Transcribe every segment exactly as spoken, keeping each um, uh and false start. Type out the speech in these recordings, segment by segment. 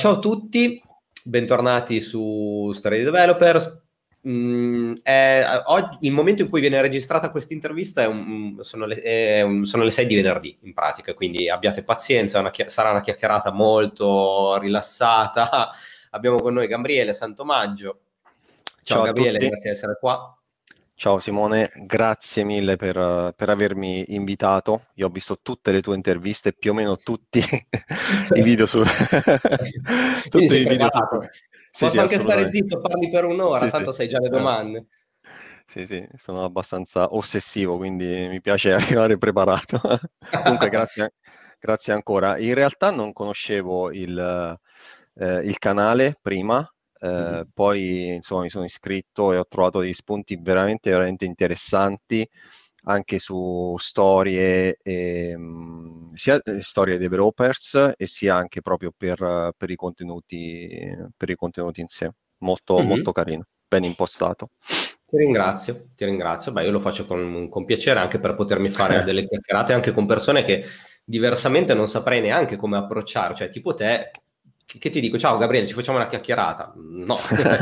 ciao a tutti, bentornati su Story Developers. Mm, è, oggi, il momento in cui viene registrata questa intervista è un, sono, le, è un, sono le sei di venerdì, in pratica, quindi abbiate pazienza, una, sarà una chiacchierata molto rilassata. Abbiamo con noi Gabriele Santomaggio. Ciao, Ciao a Gabriele, tutti, grazie di essere qua. ciao Simone, grazie mille per, per avermi invitato. Io ho visto tutte le tue interviste, più o meno tutti i video su Quindi tutti sei i video su preparato. Sì, sì, Posso anche stare assolutamente. zitto, parli per un'ora, Sì, sì. tanto sai già le Eh, domande. sì, sì, sono abbastanza ossessivo, quindi mi piace arrivare preparato. Comunque, grazie, grazie ancora. In realtà non conoscevo il, eh, il canale prima, eh, Mhm. poi insomma mi sono iscritto e ho trovato degli spunti veramente, veramente interessanti anche su storie, e, mh, sia eh, storie developers e sia anche proprio per, per i contenuti, per i contenuti in sé. Molto, molto Mhm. carino, ben impostato. Ti ringrazio, ti ringrazio. Beh, io lo faccio con, con piacere anche per potermi fare delle chiacchierate anche con persone che diversamente non saprei neanche come approcciare. Cioè, tipo te, che, che ti dico, ciao Gabriele, ci facciamo una chiacchierata? No.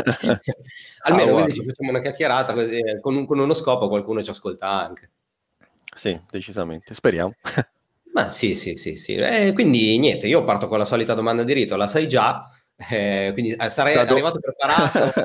Ah, Almeno così guarda, ci facciamo una chiacchierata, così, eh, con, un- con uno scopo qualcuno ci ascolta anche. sì, decisamente, speriamo. Ma sì, sì, sì, sì. Eh, quindi niente, io parto con la solita domanda di rito, la sai già, eh, quindi eh, sarai Da, do- arrivato preparato,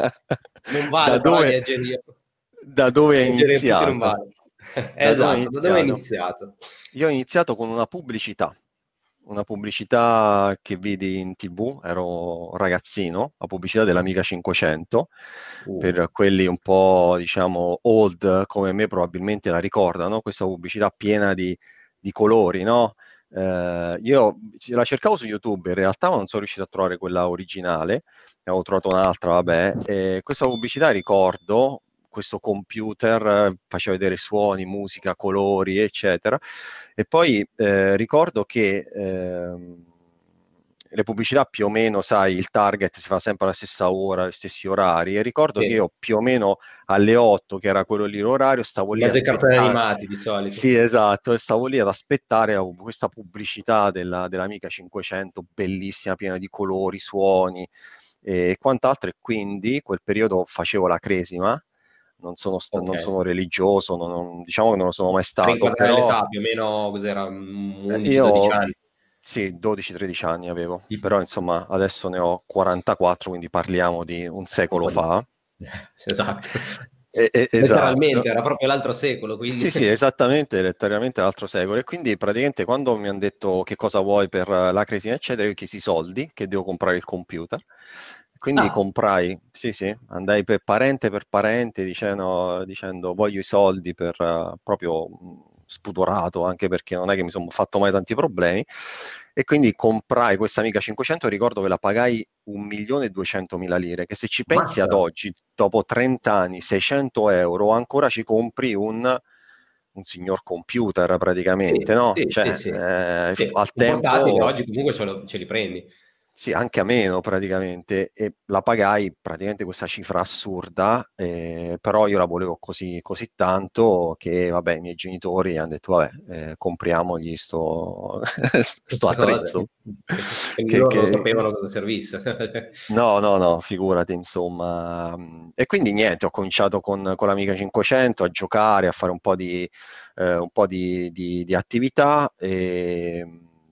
non da vale però dove, leggere io. da dove è Leggere tutti non iniziato? vale. Da dove è Esatto, da dove è iniziato? iniziato? Io ho iniziato con una pubblicità, una pubblicità che vidi in T V, ero ragazzino, la pubblicità dell'Amiga cinquecento, Uh, per quelli un po', diciamo, old come me probabilmente la ricordano, questa pubblicità piena di, di colori, no? Eh, io la cercavo su YouTube in realtà, ma non sono riuscito a trovare quella originale, ne avevo trovato un'altra, vabbè, e questa pubblicità ricordo questo computer, eh, faceva vedere suoni, musica, colori, eccetera. E poi eh, ricordo che ehm, le pubblicità più o meno, sai, il target si fa sempre alla stessa ora, agli stessi orari, e ricordo che sì. io più o meno alle otto, che era quello lì l'orario, stavo In lì a mezzo ai cartoni aspettare. animati di solito. Sì, esatto, e stavo lì ad aspettare questa pubblicità della, dell'Amiga cinquecento, bellissima, piena di colori, suoni e quant'altro, e quindi quel periodo facevo la cresima, non sono, sta- Ok. non sono religioso, non- non- diciamo che non lo sono mai stato, Rinquadrare però l'età, più o meno cos'era, mm, eh, undici dodici io anni. sì, dodici tredici anni avevo, Mhm. però insomma adesso ne ho quarantaquattro, quindi parliamo di un Un secolo po' di... fa. Esatto. E- e- esatto. Letteralmente, era proprio l'altro secolo, quindi... Sì, sì, esattamente, letteralmente l'altro secolo. E quindi praticamente quando mi hanno detto che cosa vuoi per la cresima, eccetera, io chiesi i soldi, che devo comprare il computer. Quindi Ah, comprai, sì, sì, andai per parente per parente dicendo, dicendo voglio i soldi per eh, proprio mh, spudorato, anche perché non è che mi sono fatto mai tanti problemi. E quindi comprai questa Amiga cinquecento, ricordo che la pagai un milione e duecentomila lire, che se ci pensi ad mazza. oggi, dopo trenta anni, seicento euro, ancora ci compri un, un signor computer praticamente, Sì, no? sì, sì, Cioè, sì. eh, f- Sì, al un portatile tempo oggi comunque ce, lo- ce li prendi. sì, anche a meno praticamente, e la pagai praticamente questa cifra assurda, eh, però io la volevo così, così tanto che, vabbè, i miei genitori hanno detto, vabbè, eh, compriamogli sto, sto Queste cose. attrezzo. E Che, loro non che- sapevano cosa servisse. No, no, no, figurati, insomma. E quindi niente, ho cominciato con, con l'Amiga cinquecento a giocare, a fare un po' di, eh, un po' di, di- di attività e,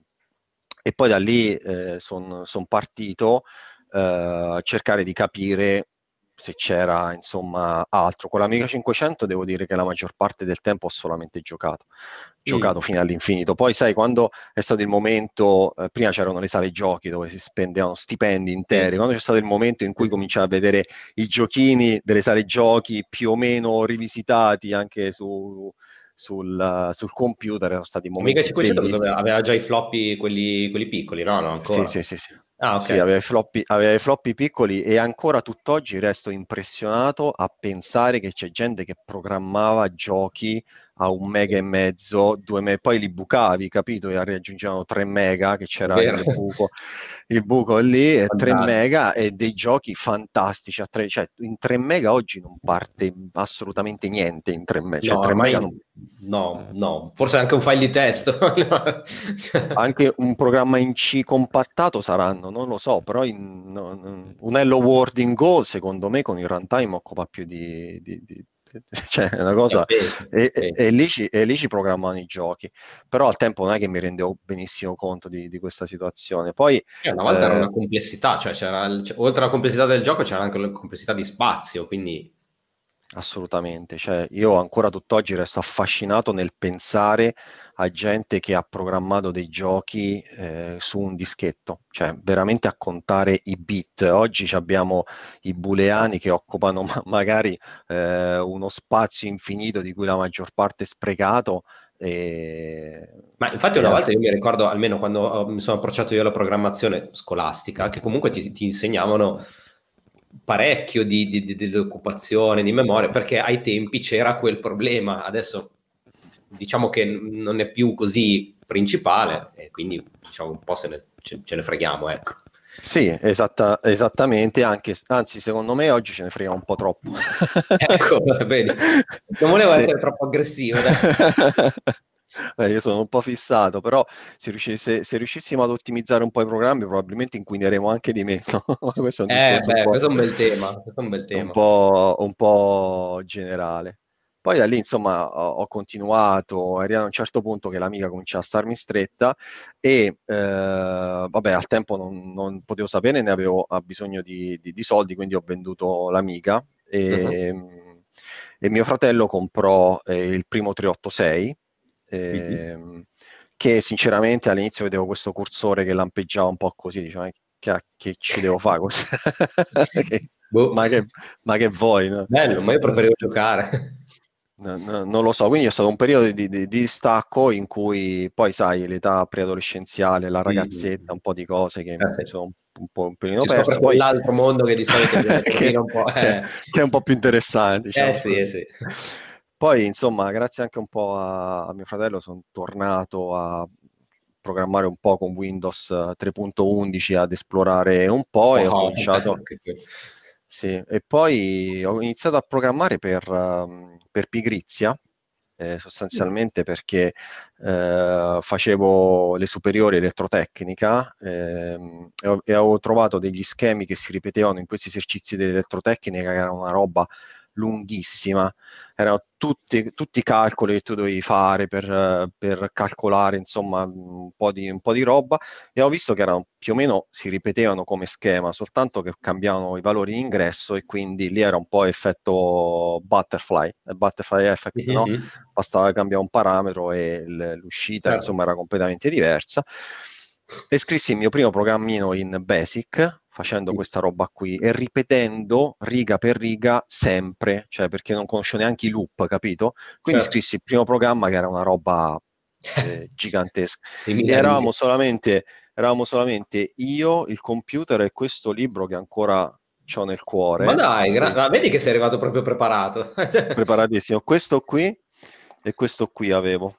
e poi da lì sono partito eh, a cercare di capire se c'era, insomma, altro. Con l'Amiga cinquecento devo dire che la maggior parte del tempo ho solamente giocato, giocato Mm, fino all'infinito. Poi, sai, quando è stato il momento, eh, prima c'erano le sale giochi dove si spendevano stipendi interi, sì, quando c'è stato il momento in sì, cui sì. cominciai a vedere i giochini delle sale giochi più o meno rivisitati anche su, sul, sul computer, sono stati Amiga momenti cinquecento cosa aveva? bellissimi. Aveva già i floppy, quelli, quelli piccoli, no? No, Sì, ancora. sì, sì, sì. Ah, Sì, ok. aveva i floppy, aveva i floppy piccoli e ancora tutt'oggi resto impressionato a pensare che c'è gente che programmava giochi a un mega e Sì, mezzo, due me- poi li bucavi, capito? E raggiungevano tre mega, che è c'era vero. il buco, il buco lì, e tre Fantastico. mega e dei giochi fantastici. A tre, cioè, in tre mega oggi non parte assolutamente niente in tre mega, No, cioè tre mega non. ormai no, no. Forse anche un file di testo. Anche un programma in C compattato saranno, non lo so, però in, no, no, un Hello World in Go, secondo me, con il runtime occupa più di... di, di cioè, è una cosa... Eh, penso, E, e- penso. e lì ci, e lì ci programmano i giochi. Però al tempo non è che mi rendevo benissimo conto di, di questa situazione. Poi... Eh, una volta era eh, una complessità, cioè c'era, il- c- oltre alla complessità del gioco c'era anche la complessità di spazio, quindi Assolutamente, cioè io ancora tutt'oggi resto affascinato nel pensare a gente che ha programmato dei giochi eh, su un dischetto, cioè veramente a contare i bit. Oggi ci abbiamo i booleani che occupano ma- magari eh, uno spazio infinito di cui la maggior parte è sprecato e, ma infatti e una al- volta io mi ricordo, almeno quando ho- mi sono approcciato io alla programmazione scolastica, che comunque ti, ti insegnavano parecchio di, di, di- dell'occupazione, di memoria, perché ai tempi c'era quel problema. Adesso diciamo che n- non è più così principale e quindi diciamo un po' se ne, ce, ce ne freghiamo, ecco. Sì, esatta- esattamente, anche, anzi secondo me oggi ce ne frega un po' troppo. Ecco, vedi, non volevo Sì. essere troppo aggressivo, dai. Eh, io sono un po' fissato, però se, riusci- se- se riuscissimo ad ottimizzare un po' i programmi probabilmente inquineremo anche di meno. Questo è un Eh, discorso un beh, po', questo è un bel tema, questo è un bel un tema. po', un po' generale. Poi da lì, insomma, ho, ho continuato, arrivato a un certo punto che l'amica cominciava a starmi stretta e, eh, vabbè, al tempo non, non potevo sapere, ne avevo ha bisogno di, di- di soldi, quindi ho venduto l'amica Mhm. e, e mio fratello comprò eh, il primo trecentoottantasei, Mhm. ehm, che sinceramente all'inizio vedevo questo cursore che lampeggiava un po' così, dicevo, "Ma che, che ci devo fare? Cos- che- Boh. ma, che, ma che vuoi? No?" Bello, ma io Eh, preferivo giocare. No, no, non lo so, quindi è stato un periodo di, di- di distacco in cui poi, sai, l'età preadolescenziale, la ragazzetta, Mm. un po' di cose che Eh, mi sì. sono un, un po' un pelino Si scopre perso, poi quell'altro mondo che di solito viene che, termina un po'. che- Eh, che è un po' più interessante, eh diciamo sì, eh così. sì. Poi, insomma, grazie anche un po' a, a mio fratello, sono tornato a programmare un po' con Windows eh, tre punto undici, ad esplorare un po' e ho Wow, bello cominciato. anche quello. Sì, e poi ho iniziato a programmare per, ehm, per pigrizia, eh, Mm. sostanzialmente perché eh, facevo le superiori elettrotecnica ehm, e, ho- e avevo trovato degli schemi che si ripetevano in questi esercizi dell'elettrotecnica, che era una roba lunghissima, erano tutti, tutti i calcoli che tu dovevi fare per, eh, per calcolare insomma un po' di, un po' di roba, e ho visto che erano più o meno si ripetevano come schema, soltanto che cambiavano i valori di ingresso, e quindi lì era un po' effetto butterfly, eh, butterfly effect, no? Mhm. Bastava cambiare un parametro e l- l'uscita Certo. insomma era completamente diversa. E scrissi il mio primo programmino in Basic facendo questa roba qui e ripetendo riga per riga sempre, cioè perché non conosco neanche i loop, capito? Quindi Certo. scrissi il primo programma che era una roba eh, gigantesca, e Simile a eravamo me. solamente, eravamo solamente io, il computer e questo libro che ancora ho nel Ma cuore, dai, gra- e ma vedi che sei arrivato proprio preparato. Cioè, preparatissimo. Questo qui e questo qui avevo.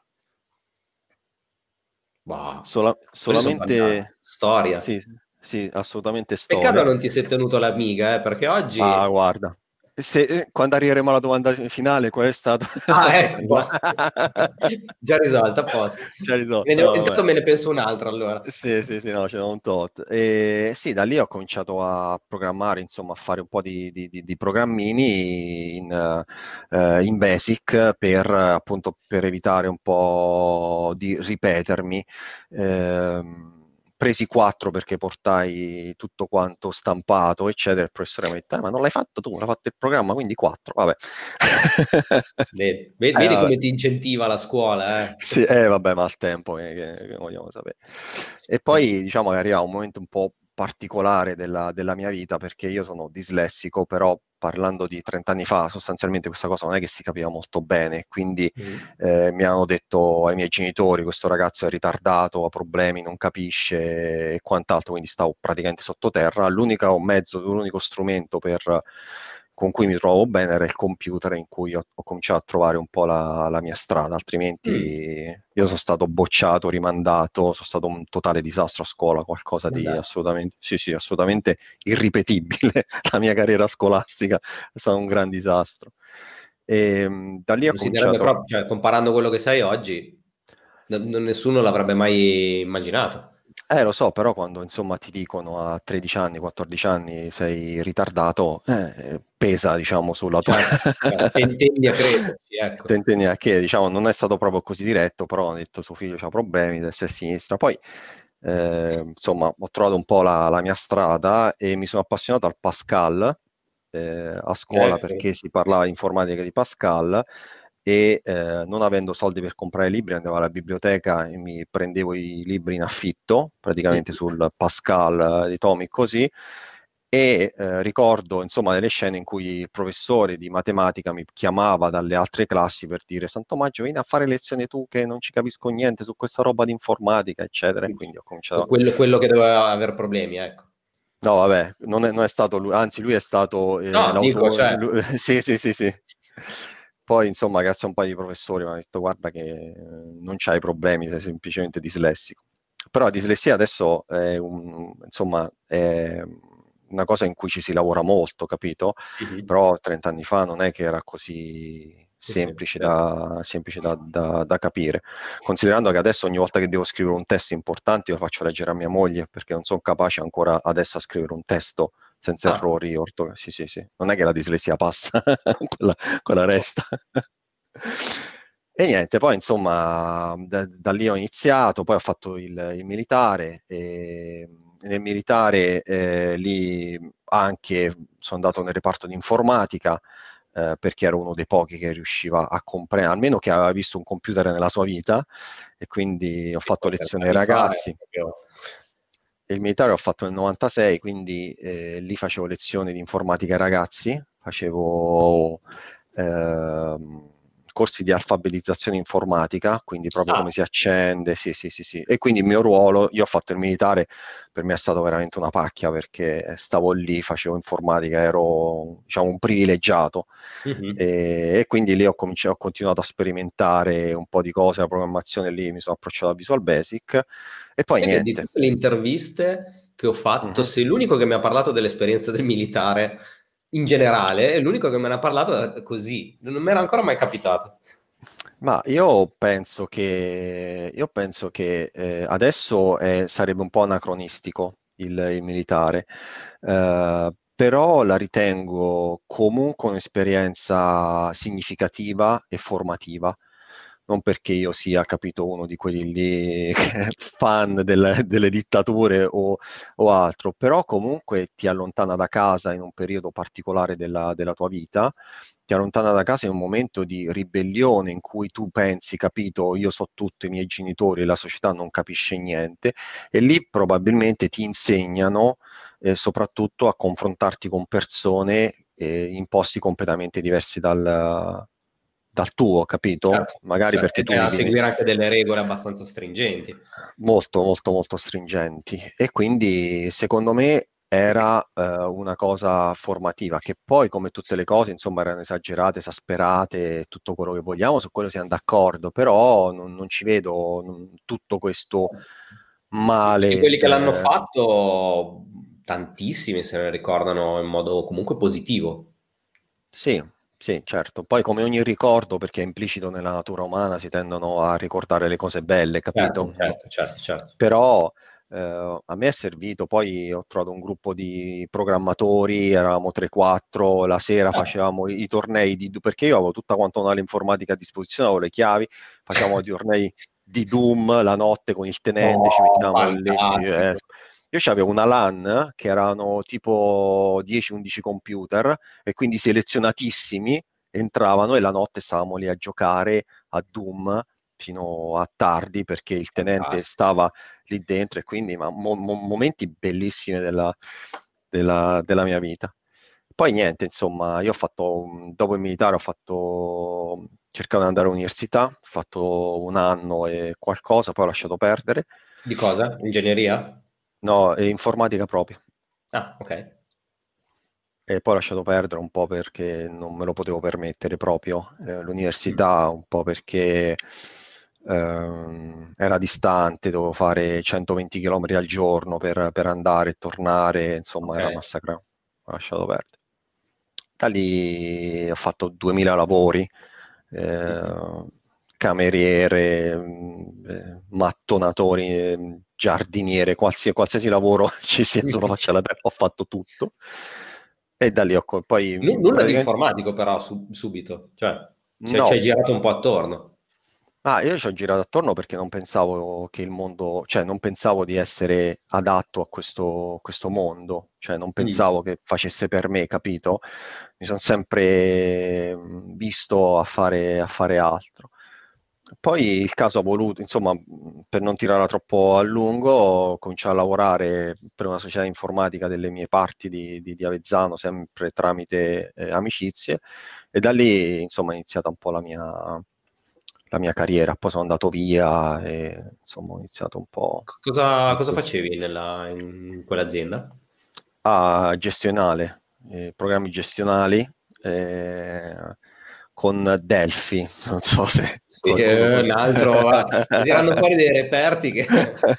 wow, Sola- quelli sono fantastici. solamente, Storia. sì, sì, assolutamente Peccato storia. non ti sei tenuto l'amiga, eh, perché Ah, oggi... guarda, se, eh, quando arriveremo alla domanda finale, qual è stato? Ah, ecco, boh. Già risolto, a posto. Ci hai Me risolto, ne- no, vabbè. Intanto me ne penso un'altra allora. Sì, sì, sì, no, ce n'è un tot. E sì, da lì ho cominciato a programmare, insomma, a fare un po' di, di- di- di programmini in, eh, in Basic per, eh, appunto, per evitare un po' di ripetermi. Ehm, presi quattro perché portai tutto quanto stampato, eccetera. Il professore mi ha detto, "Eh, ma non l'hai fatto tu, l'ha fatto il programma, quindi quattro, vabbè." Vedi, vedi- Eh, vedi vabbè. come ti incentiva la scuola, eh? Sì, eh, vabbè, ma al tempo che, che- che vogliamo sapere. E poi diciamo che arriva un momento un po' particolare della, della mia vita, perché io sono dislessico, però parlando di trenta anni fa, sostanzialmente questa cosa non è che si capiva molto bene, quindi Mm. eh, mi hanno detto ai miei genitori, questo ragazzo è ritardato, ha problemi, non capisce e quant'altro, quindi stavo praticamente sottoterra. L'unico mezzo, l'unico strumento per con cui mi trovavo bene era il computer, in cui ho, ho cominciato a trovare un po' la, la mia strada, Mm. altrimenti io sono stato bocciato, rimandato, sono stato un totale disastro a scuola, qualcosa Ma di dai. assolutamente, sì, sì, assolutamente irripetibile. La mia carriera scolastica è stato un gran disastro. E mh, da lì ho Non si direbbe cominciato. proprio, cioè, comparando quello che sei oggi, n- n- nessuno l'avrebbe mai immaginato. Eh, lo so, però quando insomma ti dicono a tredici anni, quattordici anni sei ritardato, eh, pesa, diciamo, sulla tua... Certo, certo, ten- tendi a crederci, ecco. Tenteni a che, diciamo, non è stato proprio così diretto, però ha detto suo figlio ha problemi, destra e sinistra. Poi, eh, insomma, ho trovato un po' la, la mia strada e mi sono appassionato al Pascal, eh, a scuola Ecco. perché si parlava informatica di Pascal e eh, non avendo soldi per comprare libri andavo alla biblioteca e mi prendevo i libri in affitto, praticamente Mhm. sul Pascal eh, di Tomic così, e eh, ricordo insomma delle scene in cui il professore di matematica mi chiamava dalle altre classi per dire Santo Maggio, vieni a fare lezione tu che non ci capisco niente su questa roba di informatica, eccetera, e quindi ho cominciato... Quello, quello che doveva avere problemi, ecco. No, vabbè, non è, non è stato lui, anzi lui è stato eh, No, dico, l'autore, cioè, lui- sì, sì, sì, sì. Poi, insomma, grazie a un paio di professori mi hanno detto, guarda che eh, non c'hai problemi, sei semplicemente dislessico. Però la dislessia adesso è un- insomma, è una cosa in cui ci si lavora molto, capito? mhm. Però trenta anni fa non è che era così Sì, sì, semplice certo. da, semplice da da- da capire. Considerando che adesso ogni volta che devo scrivere un testo importante io lo faccio leggere a mia moglie perché non sono capace ancora adesso a scrivere un testo senza Ah, errori ortografici. Sì, sì, sì. Non è che la dislessia passa, quella, quella resta. E niente, poi insomma da, da lì ho iniziato, poi ho fatto il, il militare e nel militare eh, lì anche sono andato nel reparto di informatica eh, perché ero uno dei pochi che riusciva a comprendere, almeno che aveva visto un computer nella sua vita e quindi ho sì, fatto poi trenta lezione ai anni fa è ragazzi. proprio... Il militare l'ho fatto nel novantasei, quindi eh, lì facevo lezioni di informatica ai ragazzi, facevo ehm, corsi di alfabetizzazione informatica, quindi proprio come Ah, si accende, sì, sì, sì, sì. E quindi il mio ruolo, io ho fatto il militare, per me è stato veramente una pacchia perché stavo lì, facevo informatica, ero, diciamo, un privilegiato. mhm. E, e quindi lì ho, cominciato, ho continuato a sperimentare un po' di cose, la programmazione lì mi sono approcciato a Visual Basic e poi Sai che di niente. tutte le interviste che ho fatto, Mhm. sei l'unico che mi ha parlato dell'esperienza del militare in generale, è l'unico che me ne ha parlato eh, così, non mi era ancora mai capitato. Ma io penso che, io penso che eh, adesso eh, sarebbe un po' anacronistico il, il militare, eh, però la ritengo comunque un'esperienza significativa e formativa. Non perché io sia, capito, uno di quelli lì fan delle, delle dittature o, o altro, però comunque ti allontana da casa in un periodo particolare della della tua vita, ti allontana da casa in un momento di ribellione in cui tu pensi, capito, io so tutto, i miei genitori, la società non capisce niente, e lì probabilmente ti insegnano eh, soprattutto a confrontarti con persone eh, in posti completamente diversi dal, dal tuo, capito? Certo, Magari certo. perché E tu e a vivi ne- seguire anche delle regole abbastanza stringenti. molto, molto, molto stringenti. E quindi secondo me era eh, una cosa formativa, che poi, come tutte le cose, insomma, erano esagerate, esasperate, tutto quello che vogliamo, su quello siamo d'accordo, però non, non ci vedo non- tutto questo Di male. quelli che l'hanno eh, fatto, tantissimi se ne ricordano in modo comunque positivo. Sì, sì, certo. Poi come ogni ricordo, perché è implicito nella natura umana, si tendono a ricordare le cose belle, capito? Certo, certo, certo, certo. Però eh, a me è servito, poi ho trovato un gruppo di programmatori, eravamo tre quattro, la sera Ah. facevamo i, i tornei di, perché io avevo tutta quanta un'informatica a disposizione, avevo le chiavi, facevamo i tornei di Doom la notte con il tenente, ci Oh, mettevamo lì. Sì, eh. fantastico. Io avevo una LAN che erano tipo dieci undici computer e quindi selezionatissimi entravano e la notte stavamo lì a giocare a Doom fino a tardi perché il tenente Fantastico. stava lì dentro e quindi ma, mo- mo- momenti bellissimi della, della- della mia vita. Poi niente, insomma, io ho fatto, dopo il militare ho fatto, cercato di andare all'università, ho fatto un anno e qualcosa, poi ho lasciato perdere. Di cosa? Ingegneria? No, e informatica proprio. Ah, ok. E poi ho lasciato perdere un po' perché non me lo potevo permettere proprio eh, Mm. l'università, un po' perché ehm, era distante, dovevo fare centoventi chilometri al giorno per, per andare e tornare, insomma Ok. era massacrante. Ho lasciato perdere. Da lì ho fatto duemila lavori, Mhm. eh, cameriere, mh, eh, mattonatori, eh, giardiniere, qualsiasi, qualsiasi lavoro ci sia sulla faccia della terra, ho fatto tutto. E da lì ho co- poi Nu- mh, nulla di praticamente informatico però su- subito, cioè ci ci hai no. girato un po' attorno. Ah, io ci ho girato attorno perché non pensavo che il mondo, cioè non pensavo di essere adatto a questo, questo mondo, cioè non Mm. pensavo che facesse per me, capito? Mi sono sempre mh, visto a fare, a fare altro. Poi il caso ha voluto, insomma, mh, per non tirarla troppo a lungo, ho cominciato a lavorare per una società informatica delle mie parti di, di- di Avezzano, sempre tramite eh, amicizie, e da lì, insomma, è iniziata un po' la mia, la mia carriera. Poi sono andato via e, insomma, ho iniziato un po' C- Cosa, il cosa tutto. facevi nella, in quell'azienda? Ah, gestionale, eh, programmi gestionali eh, con Delphi, non so se Sì, qualcuno eh, con... un altro, va, sta tirando fuori dei reperti che...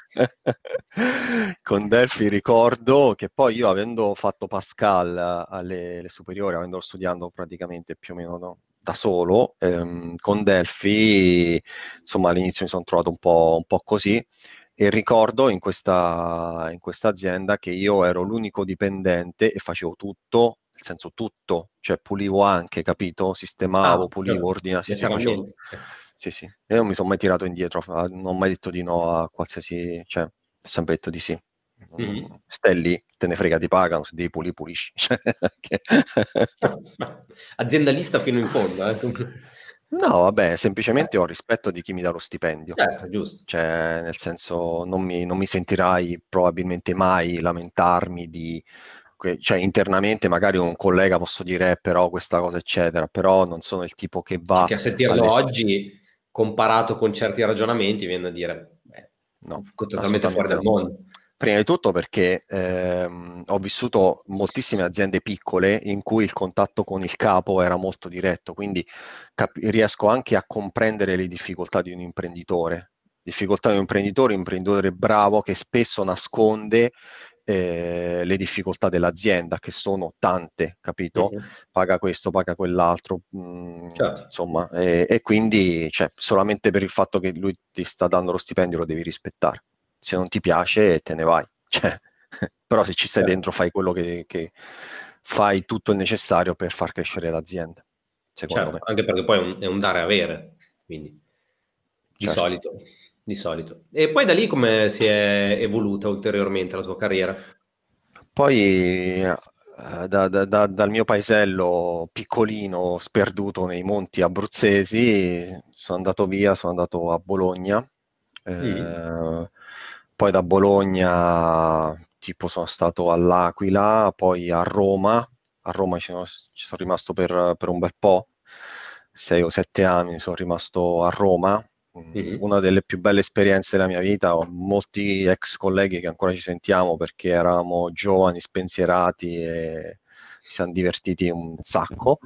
Con Delphi ricordo che poi io avendo fatto Pascal alle, alle superiori, avendo studiato praticamente più o meno no, da solo, ehm, con Delphi, insomma all'inizio mi sono trovato un po', un po' così e ricordo in questa, in questa azienda che io ero l'unico dipendente e facevo tutto, nel senso tutto, cioè pulivo anche, capito? Sistemavo, Ah, pulivo, cioè, ordinavo, sì, sì, facevo tutto. letteralmente. Sì, sì. E non mi sono mai tirato indietro, a- non ho mai detto di no a qualsiasi, cioè, ho sempre detto di sì. Mm, Mhm. Stai lì, te ne frega, ti pagano, se devi pulire, pulisci. Cioè, che- Beh, aziendalista fino in fondo, eh. No, vabbè, semplicemente ho rispetto di chi mi dà lo stipendio. Certo, giusto. Cioè, nel senso, non mi, non mi sentirai probabilmente mai lamentarmi di... que- Cioè, internamente magari un collega posso dire, "Eh, però questa cosa, eccetera", però non sono il tipo che Cioè, va che a sentirlo alle... oggi, comparato con certi ragionamenti, viene da dire, beh, No, totalmente fuori assolutamente dal no. mondo. Prima di tutto perché ehm, ho vissuto moltissime aziende piccole in cui il contatto con il capo era molto diretto, quindi cap- riesco anche a comprendere le difficoltà di un imprenditore. Difficoltà di un imprenditore, un imprenditore bravo che spesso nasconde eh, le difficoltà dell'azienda, che sono tante, capito? Mhm. Paga questo, paga quell'altro, mh, Certo, insomma, e, e quindi cioè, solamente per il fatto che lui ti sta dando lo stipendio lo devi rispettare. Se non ti piace, te ne vai. Cioè, però se ci stai certo, dentro fai quello che, che fai tutto il necessario per far crescere l'azienda, secondo certo, me. anche perché poi è un, è un dare e avere, quindi di Certo. solito, di solito. E poi da lì come si è evoluta ulteriormente la tua carriera? Poi eh, da- da- da- dal mio paesello piccolino, sperduto nei monti abruzzesi, sono andato via, sono andato a Bologna. Mm. Eh, poi da Bologna, tipo, sono stato all'Aquila, poi a Roma. A Roma ci sono, ci sono rimasto per, per un bel po', sei o sette anni sono rimasto a Roma. Mm, Mhm. Una delle più belle esperienze della mia vita. Ho molti ex colleghi che ancora ci sentiamo perché eravamo giovani, spensierati e ci siamo divertiti un sacco.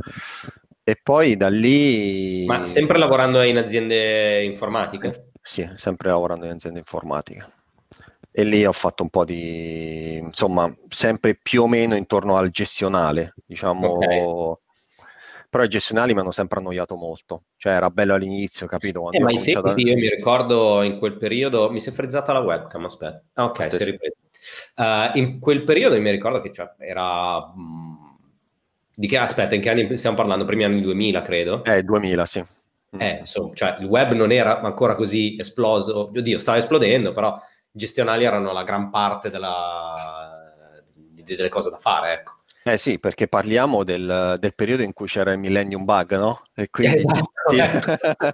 E poi da Ma lì, sempre lavorando in aziende eh, informatiche? sì, sempre lavorando in azienda informatica. E lì ho fatto un po' di, insomma, sempre più o meno intorno al gestionale, Ok. diciamo, però i gestionali mi hanno sempre annoiato molto, cioè era bello all'inizio, capito? Eh, Quando io ho ma ai cominciato tempi a... io mi ricordo in quel periodo, mi si è frizzata la webcam, aspetta. Ah, A ok, te si sì. riprende. Eh, in quel periodo io mi ricordo che cioè, era... mh, di che, aspetta, in che anni stiamo parlando? Primi anni duemila, credo. Eh, duemila, sì. Mm. Eh, insomma, cioè, il web non era ancora così esploso. Oddio, stava esplodendo, però i gestionali erano la gran parte della... di- delle cose da fare, ecco. Eh sì, perché parliamo del, del periodo in cui c'era il Millennium Bug, no? E quindi Esatto, tutti, ecco.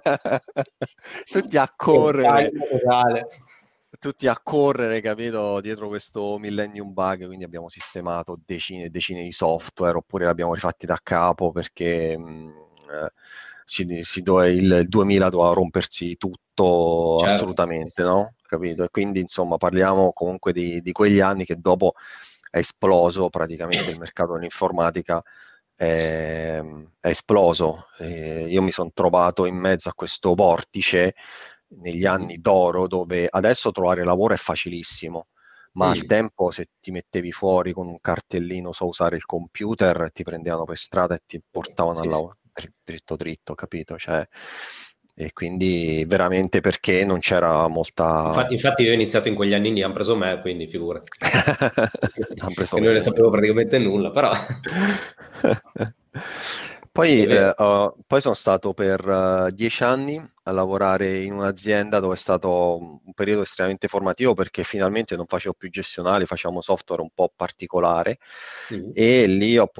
tutti a Che correre, taglio totale. tutti a correre, capito, dietro questo Millennium Bug, quindi abbiamo sistemato decine e decine di software, oppure l'abbiamo rifatti da capo perché mh, eh, si, si dove- il duemila doveva rompersi tutto Certo. assolutamente, no? Capito? E quindi, insomma, parliamo comunque di, di quegli anni che dopo è esploso praticamente il mercato dell'informatica, è, è esploso. E io mi sono trovato in mezzo a questo vortice negli Mhm. anni d'oro dove adesso trovare lavoro è facilissimo, ma al Mm. tempo se ti mettevi fuori con un cartellino so usare il computer ti prendevano per strada e ti portavano al Sì, sì. lavoro dri- dritto dritto, capito? Cioè, E quindi veramente perché non c'era molta... Infatti, infatti io ho iniziato in quegli anni lì, hanno preso me, quindi figurati. Hanno preso Che me non ne pure. sapevo praticamente nulla, però... Poi, È eh, vero. ho- poi sono stato per eh, dieci anni a lavorare in un'azienda dove è stato un periodo estremamente formativo perché finalmente non facevo più gestionale, facciamo software un po' particolare Mhm. e lì ho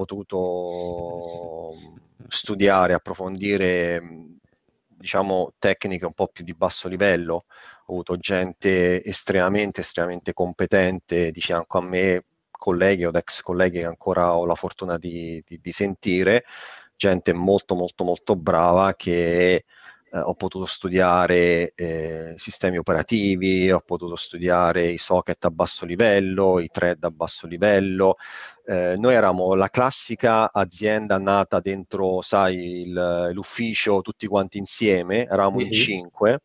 potuto studiare, approfondire, mh, diciamo, tecniche un po' più di basso livello. Ho avuto gente estremamente, estremamente competente di fianco a me, colleghi o ex colleghi che ancora ho la fortuna di, di- di sentire, gente molto, molto, molto brava che eh, ho potuto studiare eh, sistemi operativi, ho potuto studiare i socket a basso livello, i thread a basso livello. Eh, noi eravamo la classica azienda nata dentro, sai, il- l'ufficio tutti quanti insieme, eravamo in Mhm. cinque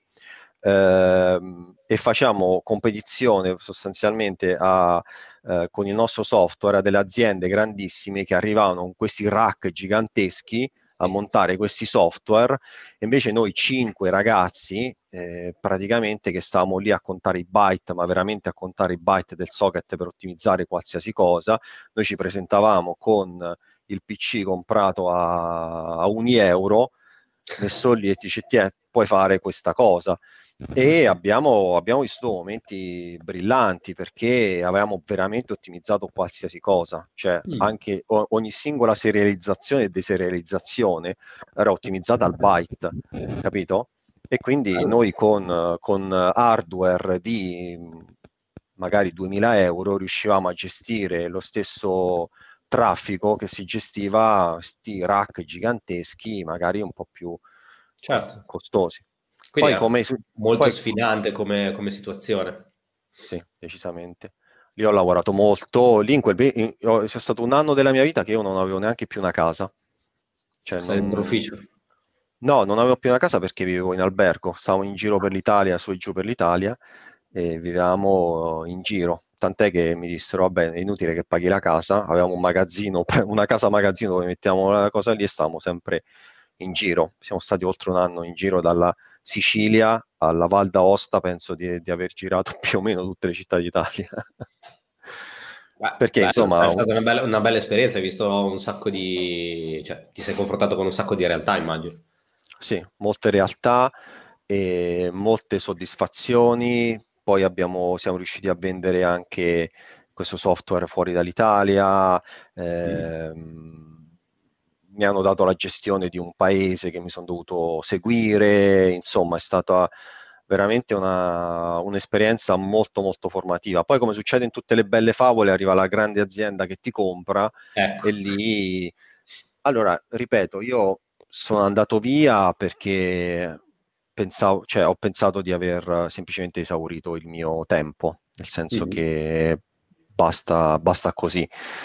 ehm, e facciamo competizione sostanzialmente a, eh, con il nostro software a delle aziende grandissime che arrivavano con questi rack giganteschi a montare questi software, e invece noi cinque ragazzi, eh, praticamente che stavamo lì a contare i byte, ma veramente a contare i byte del socket per ottimizzare qualsiasi cosa, noi ci presentavamo con il P C comprato a, a un euro, messo lì e ti dice, "Tiè, puoi fare questa cosa." E abbiamo, abbiamo vissuto momenti brillanti perché avevamo veramente ottimizzato qualsiasi cosa, cioè Mm. anche o- ogni singola serializzazione e deserializzazione era ottimizzata al byte, capito? E quindi Bello. noi con, con hardware di magari duemila euro riuscivamo a gestire lo stesso traffico che si gestiva sti rack giganteschi, magari un po' più Certo. costosi. Quindi Poi era come, su- molto poi, sfidante come, come situazione. sì, decisamente. Lì ho lavorato molto, lì in quel, pe- in- ho- c'è stato un anno della mia vita che io non avevo neanche più una casa. Cioè, Stai dentro non... l'ufficio. No, non avevo più una casa perché vivevo in albergo, stavo in giro per l'Italia, su e giù per l'Italia, e vivevamo in giro. Tant'è che mi dissero, vabbè, è inutile che paghi la casa, avevamo un magazzino, una casa magazzino dove mettiamo la cosa lì e stavamo sempre in giro. Siamo stati oltre un anno in giro dalla Sicilia alla Val d'Aosta, penso di, di aver girato più o meno tutte le città d'Italia. Beh, Perché bello, insomma, è stata una bella, una bella esperienza, hai visto un sacco di... cioè, ti sei confrontato con un sacco di realtà, immagino. sì, molte realtà e molte soddisfazioni. Poi abbiamo, siamo riusciti a vendere anche questo software fuori dall'Italia. Mm. ehm, Mi hanno dato la gestione di un paese che mi sono dovuto seguire. Insomma, è stata veramente una- un'esperienza molto molto formativa. Poi, come succede in tutte le belle favole, arriva la grande azienda che ti compra Ecco. e lì... Allora, ripeto, io sono andato via perché pensavo, cioè, ho pensato di aver semplicemente esaurito il mio tempo, nel senso Mhm. che basta, basta così.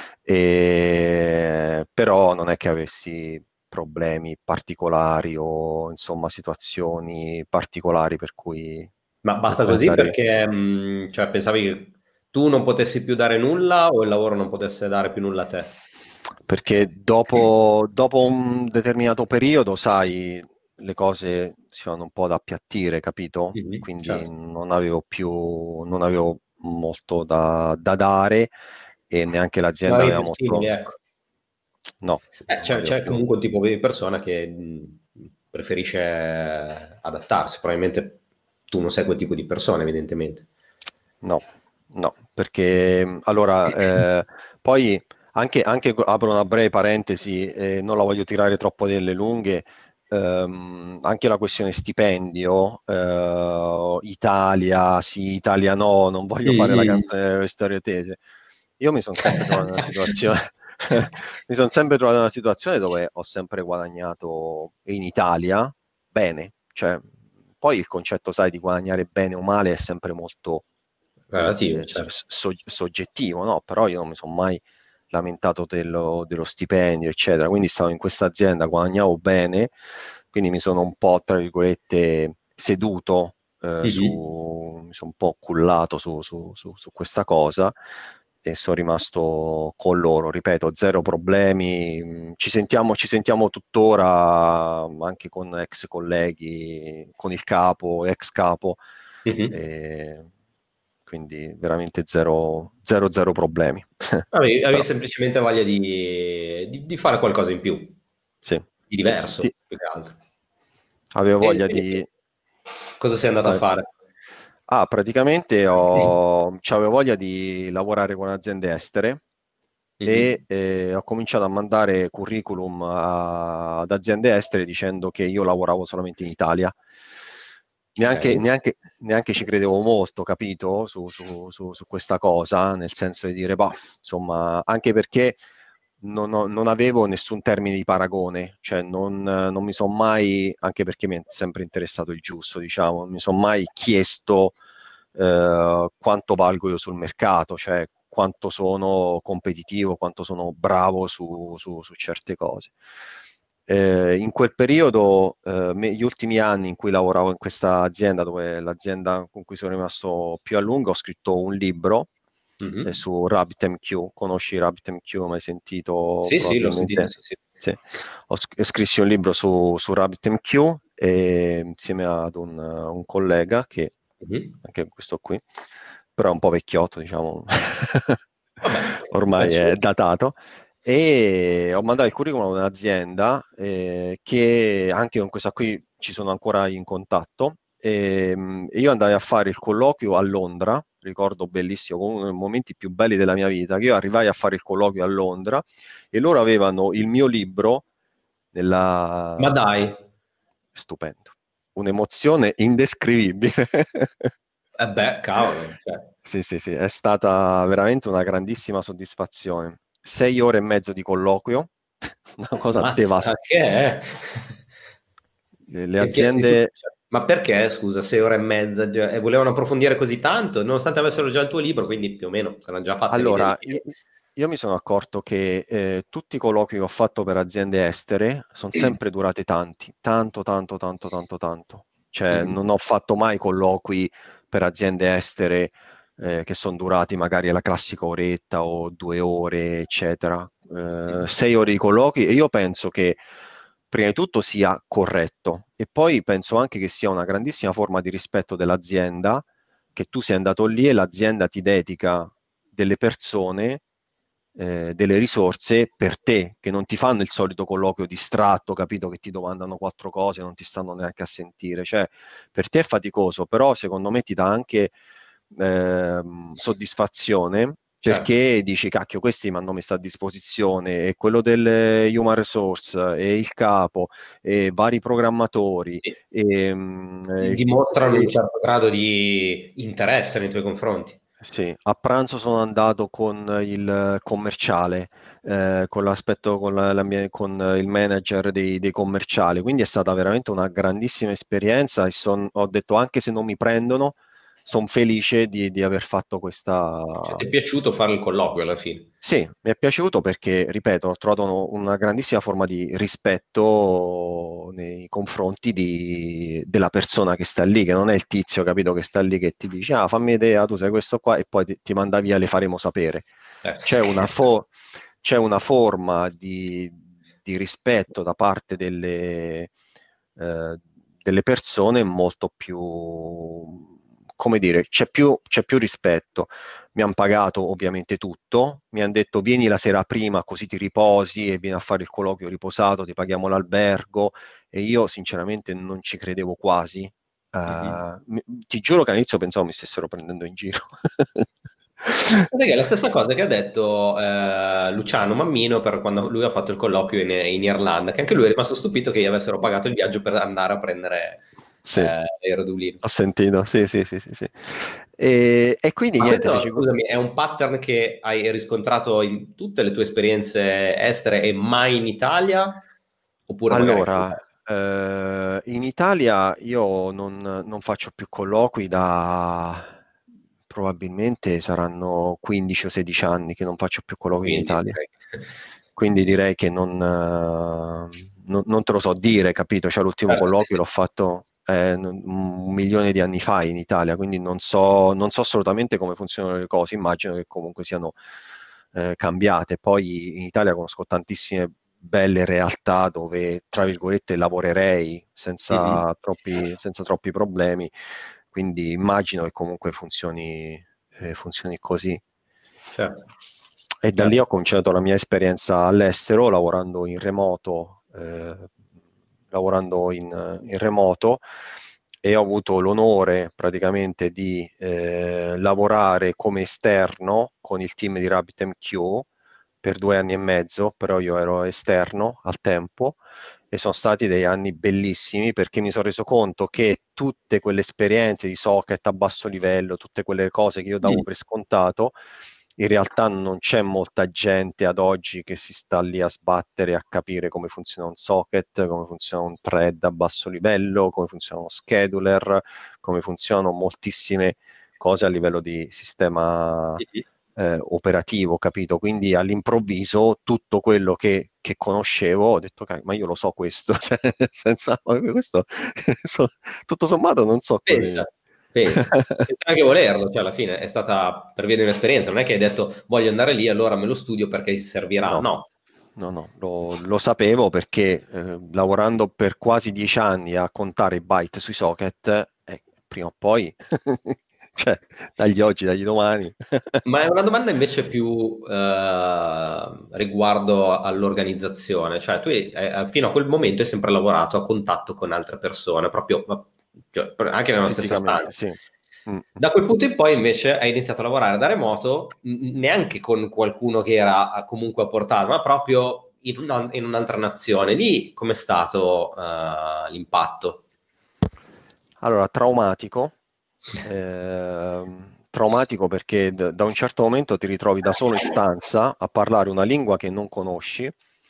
E... Però non è che avessi problemi particolari o insomma situazioni particolari per cui, Ma per basta cui così andare via. perché mh, cioè, pensavi che tu non potessi più dare nulla o il lavoro non potesse dare più nulla a te? Perché dopo, dopo un determinato periodo, sai, le cose si vanno un po' ad appiattire, capito? Mhm. Quindi Certo. non avevo più, non avevo molto da, da dare e neanche Non l'azienda avevi aveva più stimoli, molto... ecco. No, Eh, non c'è, avevo c'è più... comunque un tipo di persona che mh, preferisce adattarsi, probabilmente tu non sei quel tipo di persona, evidentemente. No, no, perché mh, allora, eh, poi anche, anche apro una breve parentesi, eh, non la voglio tirare troppo delle lunghe, ehm, anche la questione stipendio, eh, Italia sì, Italia no, non voglio fare la Mm. canzone delle storie tese. Io mi sono sempre trovato in una situazione, mi sono sempre trovato in una situazione dove ho sempre guadagnato in Italia bene, cioè poi il concetto, sai, di guadagnare bene o male è sempre molto Relativo, eh, so- certo. so- soggettivo, no? Però io non mi sono mai lamentato dello, dello stipendio, eccetera. Quindi stavo in questa azienda, guadagnavo bene, quindi mi sono un po', tra virgolette, seduto eh, Mhm. su, mi sono un po' cullato su, su- su- su questa cosa e sono rimasto con loro, ripeto, zero problemi, ci sentiamo, ci sentiamo tuttora anche con ex colleghi, con il capo, ex capo, Mhm. e quindi veramente zero, zero, zero problemi. Avevi, avevi Però, semplicemente voglia di, di- di fare qualcosa in più, sì, di sì, sì, diverso, ti- più che altro. avevo E voglia quindi di... cosa sei andato a vai. fare? Ah, praticamente ho, c'avevo voglia di lavorare con aziende estere e Mhm. eh, ho cominciato a mandare curriculum a- ad aziende estere dicendo che io lavoravo solamente in Italia. Ok. Neanche, neanche- neanche ci credevo molto, capito, su, su- su- su questa cosa, nel senso di dire, bah, insomma, anche perché non, ho- non avevo nessun termine di paragone, cioè non, non mi sono mai, anche perché mi è sempre interessato il giusto, diciamo, non mi sono mai chiesto eh, quanto valgo io sul mercato, cioè quanto sono competitivo, quanto sono bravo su, su- su certe cose. Eh, in quel periodo, eh, me- gli ultimi anni in cui lavoravo in questa azienda, dove l'azienda con cui sono rimasto più a lungo, ho scritto un libro eh, Mhm. su RabbitMQ. Conosci RabbitMQ? Mai sentito Sì, sì, l'ho sentito, probabilmente? sì, sì. Sì. Ho sc- scrissi un libro su, su RabbitMQ e, insieme ad un, un collega che Mhm. anche questo qui, però è un po' vecchiotto, diciamo, Vabbè, ormai bel è suo. datato. E ho mandato il curriculum a un'azienda eh, che anche con questa qui ci sono ancora in contatto. E, mh, io andai a fare il colloquio a Londra, ricordo bellissimo, uno dei momenti più belli della mia vita, che io arrivai a fare il colloquio a Londra e loro avevano il mio libro Ma nella... dai, Stupendo, un'emozione indescrivibile. eh beh, cavolo, cioè, Sì, sì, sì, è stata veramente una grandissima soddisfazione. Sei ore e mezzo di colloquio, una cosa ammazza, devastante. che è? Le, le Ti ha chiesto di tutto, aziende, cioè, ma perché, scusa, sei ore e mezza? Cioè, e volevano approfondire così tanto, nonostante avessero già il tuo libro, quindi più o meno si erano già fatte l'idea di allora, te. io, io mi sono accorto che eh, tutti i colloqui che ho fatto per aziende estere sono sempre durati tanti, tanto, tanto, tanto, tanto, tanto. Cioè, Mhm. non ho fatto mai colloqui per aziende estere eh, che sono durati magari la classica oretta o due ore, eccetera. Eh, Mhm. sei ore di colloqui e io penso che prima di tutto sia corretto e poi penso anche che sia una grandissima forma di rispetto dell'azienda che tu sei andato lì e l'azienda ti dedica delle persone, eh, delle risorse per te, che non ti fanno il solito colloquio distratto, capito? Che ti domandano quattro cose e non ti stanno neanche a sentire. Cioè, per te è faticoso, però secondo me ti dà anche ehm, soddisfazione Certo. perché dici, cacchio, questi mi hanno messo a disposizione, e quello del Human Resource, e il capo, e vari programmatori, Sì. e, mm, e- Dimostrano un e- certo grado di interesse nei tuoi confronti. sì, a pranzo sono andato con il commerciale, eh, con l'aspetto, con, la- la mia- con il manager dei, dei commerciali, quindi è stata veramente una grandissima esperienza e son- ho detto anche se non mi prendono, sono felice di, di aver fatto questa... Cioè, ti è piaciuto fare il colloquio alla fine? Sì, mi è piaciuto perché, ripeto, ho trovato una grandissima forma di rispetto nei confronti di- della persona che sta lì, che non è il tizio, capito, che sta lì che ti dice, ah, fammi idea, tu sei questo qua, e poi ti, ti manda via, le faremo sapere. Eh, C'è una, fo- c'è una forma di, di rispetto da parte delle, eh, delle persone molto più, come dire, c'è più, c'è più rispetto. Mi hanno pagato ovviamente tutto, mi hanno detto vieni la sera prima così ti riposi e vieni a fare il colloquio riposato, ti paghiamo l'albergo e io sinceramente non ci credevo quasi. Mhm. Eh, mi- ti giuro che all'inizio pensavo mi stessero prendendo in giro. Guarda che è la stessa cosa che ha detto eh, Luciano Mammino per quando lui ha fatto il colloquio in, in Irlanda, che anche lui è rimasto stupito che gli avessero pagato il viaggio per andare a prendere Sì, eh, Aero Dublino. ho sentito, sì, sì, sì, sì, sì. E, e quindi Ma niente, questo, feci... scusami, è un pattern che hai riscontrato in tutte le tue esperienze estere e mai in Italia? Oppure magari anche Allora, all'estero? eh, in Italia io non, non faccio più colloqui da probabilmente saranno quindici o sedici anni che non faccio più colloqui in Quindi Italia. direi. Quindi direi che non, eh, non- non te lo so dire, capito? Cioè, l'ultimo Certo, sì, colloquio sì. l'ho fatto, è un un milione di anni fa in Italia, quindi non so, non so assolutamente come funzionano le cose, immagino che comunque siano eh, cambiate. Poi in Italia conosco tantissime belle realtà dove, tra virgolette, lavorerei Mhm. senza troppi, senza troppi problemi, quindi immagino che comunque funzioni, eh, funzioni così. Certo, E da lì certo. ho cominciato la mia esperienza all'estero, lavorando in remoto, eh, lavorando in, in remoto e ho avuto l'onore praticamente di eh, lavorare come esterno con il team di RabbitMQ per due anni e mezzo, però io ero esterno al tempo e sono stati dei anni bellissimi perché mi sono reso conto che tutte quelle esperienze di socket a basso livello, tutte quelle cose che io davo Mm. per scontato, in realtà non c'è molta gente ad oggi che si sta lì a sbattere a capire come funziona un socket, come funziona un thread a basso livello, come funziona uno scheduler, come funzionano moltissime cose a livello di sistema Mhm. eh, operativo, capito? Quindi all'improvviso tutto quello che, che conoscevo, ho detto, "Ok, ma io lo so questo, cioè, senza questo, so- tutto sommato non so Pensa, cose." pensa. Senza anche volerlo, cioè alla fine è stata per via di un'esperienza, non è che hai detto voglio andare lì, allora me lo studio perché si servirà. No, No, no, no, lo, lo sapevo perché eh, lavorando per quasi dieci anni a contare i byte sui socket, eh, prima o poi, cioè, dagli oggi, dagli domani. ma è una domanda invece più eh, riguardo all'organizzazione, cioè tu hai- hai- fino a quel momento hai sempre lavorato a contatto con altre persone, proprio ma- cioè, anche nella stessa Fisicamente, stanza. sì. Mm. Da quel punto in poi invece hai iniziato a lavorare da remoto, n- neanche con qualcuno che era a- comunque a portata, ma proprio in, una- in un'altra nazione. Lì com'è stato eh, l'impatto? Allora, traumatico, ehm, traumatico perché d- da un certo momento ti ritrovi da solo in stanza a parlare una lingua che non conosci,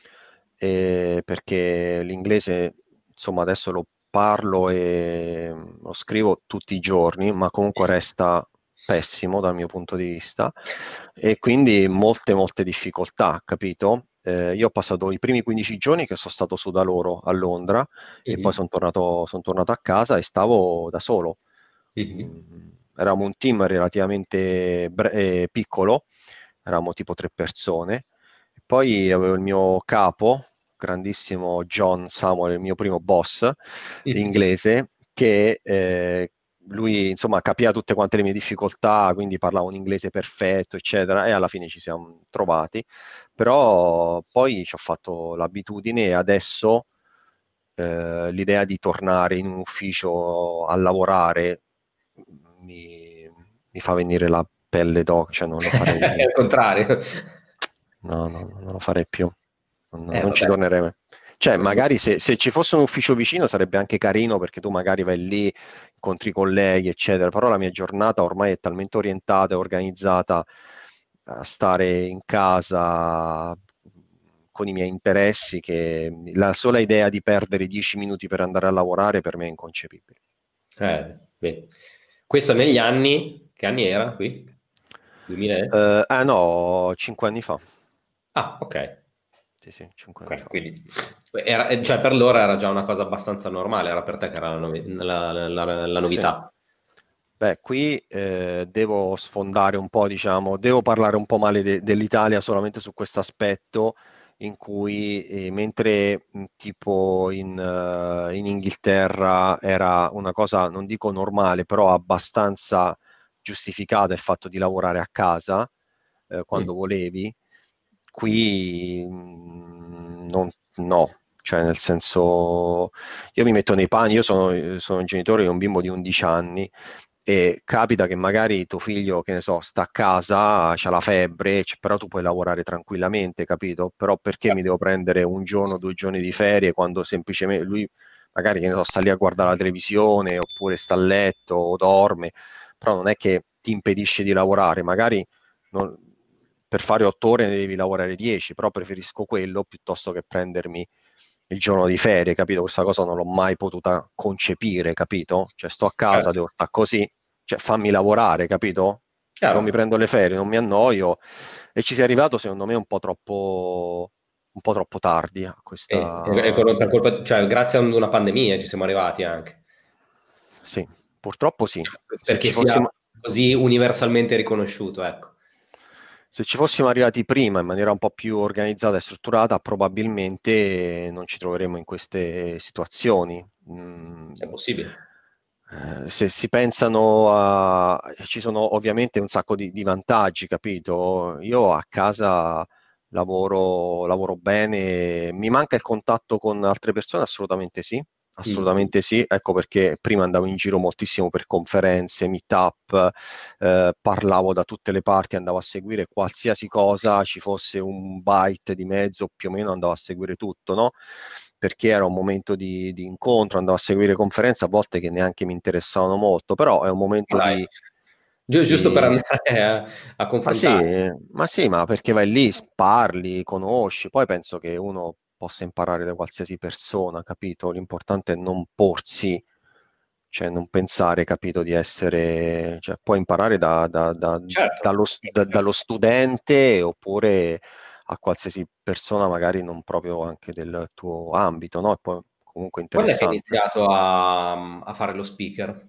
eh, perché l'inglese, insomma, adesso lo parlo e lo scrivo tutti i giorni, ma comunque resta pessimo dal mio punto di vista e quindi molte, molte difficoltà, capito? Eh, io ho passato i primi quindici giorni che sono stato su da loro a Londra e poi Mhm, sono tornato, son tornato a casa e stavo da solo. mhm, Mm, eravamo un team relativamente bre- eh, piccolo, eravamo tipo tre persone. E poi avevo il mio capo, grandissimo John Samuel, il mio primo boss mhm. inglese, che eh, lui insomma capiva tutte quante le mie difficoltà, quindi parlava un inglese perfetto, eccetera, e alla fine ci siamo trovati. Però poi ci ho fatto l'abitudine e adesso eh, l'idea di tornare in un ufficio a lavorare mi, mi fa venire la pelle d'oca, cioè non lo È farei, al contrario. no, no, non lo farei più, non, Eh, non ci vabbè. tornerei mai. Cioè, magari se, se ci fosse un ufficio vicino sarebbe anche carino perché tu magari vai lì, incontri i colleghi, eccetera, però la mia giornata ormai è talmente orientata e organizzata a stare in casa con i miei interessi che la sola idea di perdere dieci minuti per andare a lavorare per me è inconcepibile. Eh, beh. Questo negli anni, che anni era qui? duemila? Eh, ah no, cinque anni fa. Ah, ok. Sì, sì, cinque anni Ok, fa. quindi era- eh, cioè per loro era già una cosa abbastanza normale, era per te che era la, novi- la- la- la- la Sì. novità. Beh, qui eh, devo sfondare un po', diciamo, devo parlare un po' male de- dell'Italia solamente su questo aspetto in cui eh, mentre mh, tipo in, eh, in Inghilterra era una cosa, non dico normale, però abbastanza giustificata il fatto di lavorare a casa eh, quando Mm. volevi, qui mh, non, no, cioè nel senso io mi metto nei panni, io sono, sono un genitore di un bimbo di undici anni e capita che magari tuo figlio, che ne so, sta a casa, c'ha la febbre, c- però tu puoi lavorare tranquillamente, capito? Però perché mi devo prendere un giorno, due giorni di ferie quando semplicemente lui magari, che ne so, sta lì a guardare la televisione oppure sta a letto o dorme, però non è che ti impedisce di lavorare, magari non- per fare otto ore ne devi lavorare dieci, però preferisco quello piuttosto che prendermi il giorno di ferie, capito? Questa cosa non l'ho mai potuta concepire, capito? Cioè sto a casa, Certo, devo stare così, cioè fammi lavorare, capito? Non mi chiaro. prendo le ferie, non mi annoio e ci sei arrivato secondo me un po' troppo, un po' troppo tardi a E, e- e questa... quello per colpa, cioè, grazie a una pandemia ci siamo arrivati anche. Sì, purtroppo sì. Se perché ci sia fossimo, così universalmente riconosciuto, ecco. se ci fossimo arrivati prima in maniera un po' più organizzata e strutturata, probabilmente non ci troveremmo in queste situazioni. Mm, È possibile. eh, se si pensano a... ci sono ovviamente un sacco di, di vantaggi, capito? Io a casa lavoro, lavoro bene, mi manca il contatto con altre persone? Assolutamente sì. Mm. Assolutamente sì, ecco perché prima andavo in giro moltissimo per conferenze, meetup, eh, parlavo da tutte le parti, andavo a seguire qualsiasi cosa, ci fosse un byte di mezzo, più o meno andavo a seguire tutto, no? Perché era un momento di, di incontro, andavo a seguire conferenze a volte che neanche mi interessavano molto, però è un Ma momento dai, di... Gi- giusto per di- andare a, a Ma sì, confrontare. ma sì, ma perché vai lì, parli, conosci, poi penso che uno possa imparare da qualsiasi persona, capito? L'importante è non porsi, cioè non pensare, capito, di essere, cioè puoi imparare da- da- da- Certo, dallo, da- dallo studente oppure a qualsiasi persona, magari non proprio anche del tuo ambito, no? E poi comunque quando è che hai interessante. iniziato a, a fare lo speaker?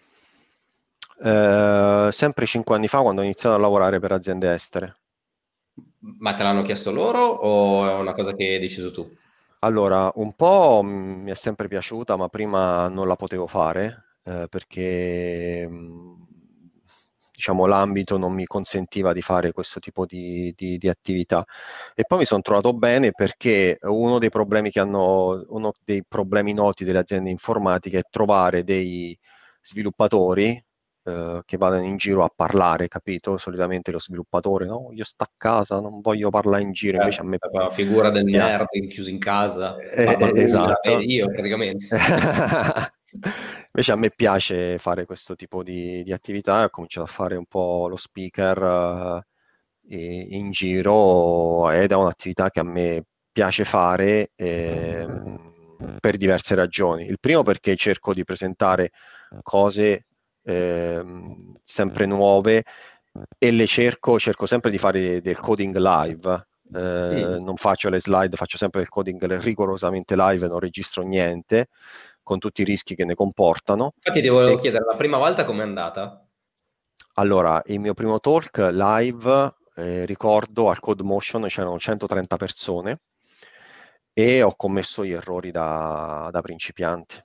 Eh, sempre cinque anni fa, quando ho iniziato a lavorare per aziende estere. Ma te l'hanno chiesto loro o è una cosa che hai deciso tu? Allora, un po' mh, mi è sempre piaciuta, ma prima non la potevo fare, eh, perché mh, diciamo, l'ambito non mi consentiva di fare questo tipo di, di- di attività. E poi mi sono trovato bene perché uno dei problemi che hanno, uno dei problemi noti delle aziende informatiche è trovare dei sviluppatori eh, che vadano in giro a parlare, capito? Solitamente lo sviluppatore, no, io sto a casa, non voglio parlare in giro, invece a Certo, me la figura del piace. nerd chiuso in casa, Eh, barba eh, lunga, eh, esatto. io praticamente. Invece a me piace fare questo tipo di, di attività, ho cominciato a fare un po' lo speaker eh, in giro ed è un'attività che a me piace fare ehm, per diverse ragioni. Il primo perché cerco di presentare cose ehm, sempre nuove e le cerco, cerco sempre di fare del coding live. Eh, Mm. non faccio le slide, faccio sempre del coding rigorosamente live, non registro niente, con tutti i rischi che ne comportano. Infatti ti volevo E chiedere, la prima volta com'è andata? allora, il mio primo talk live, eh, ricordo al Code Motion c'erano centotrenta persone e ho commesso gli errori da, da principiante.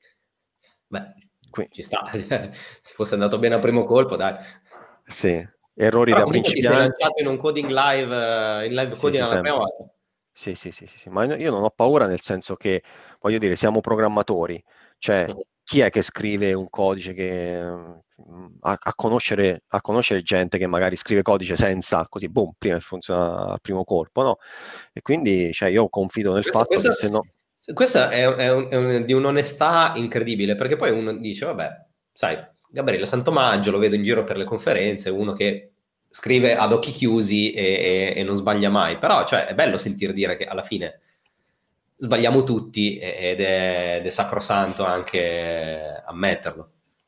Beh, Qui, ci sta, se fosse andato bene al primo colpo, dai. sì, errori Però da comunque ti sei principiante. lanciato in un coding live, eh, in live Sì, coding sì, alla prima sempre. volta. Sì, sì, sì, sì, sì. Ma io non ho paura nel senso che, voglio dire, siamo programmatori, cioè Mm. chi è che scrive un codice che mm, a, a conoscere, a conoscere gente che magari scrive codice senza, così, boom, prima che funziona al primo colpo, no? E quindi, cioè, io confido nel Questo, fatto che questo- se no... questo è, è un- è un- di un'onestà incredibile, perché poi uno dice, vabbè, sai, Gabriele Santomaggio lo vedo in giro per le conferenze, uno che scrive ad occhi chiusi e, e- e non sbaglia mai, però cioè, è bello sentir dire che alla fine sbagliamo tutti e- ed è, ed è sacrosanto anche ammetterlo.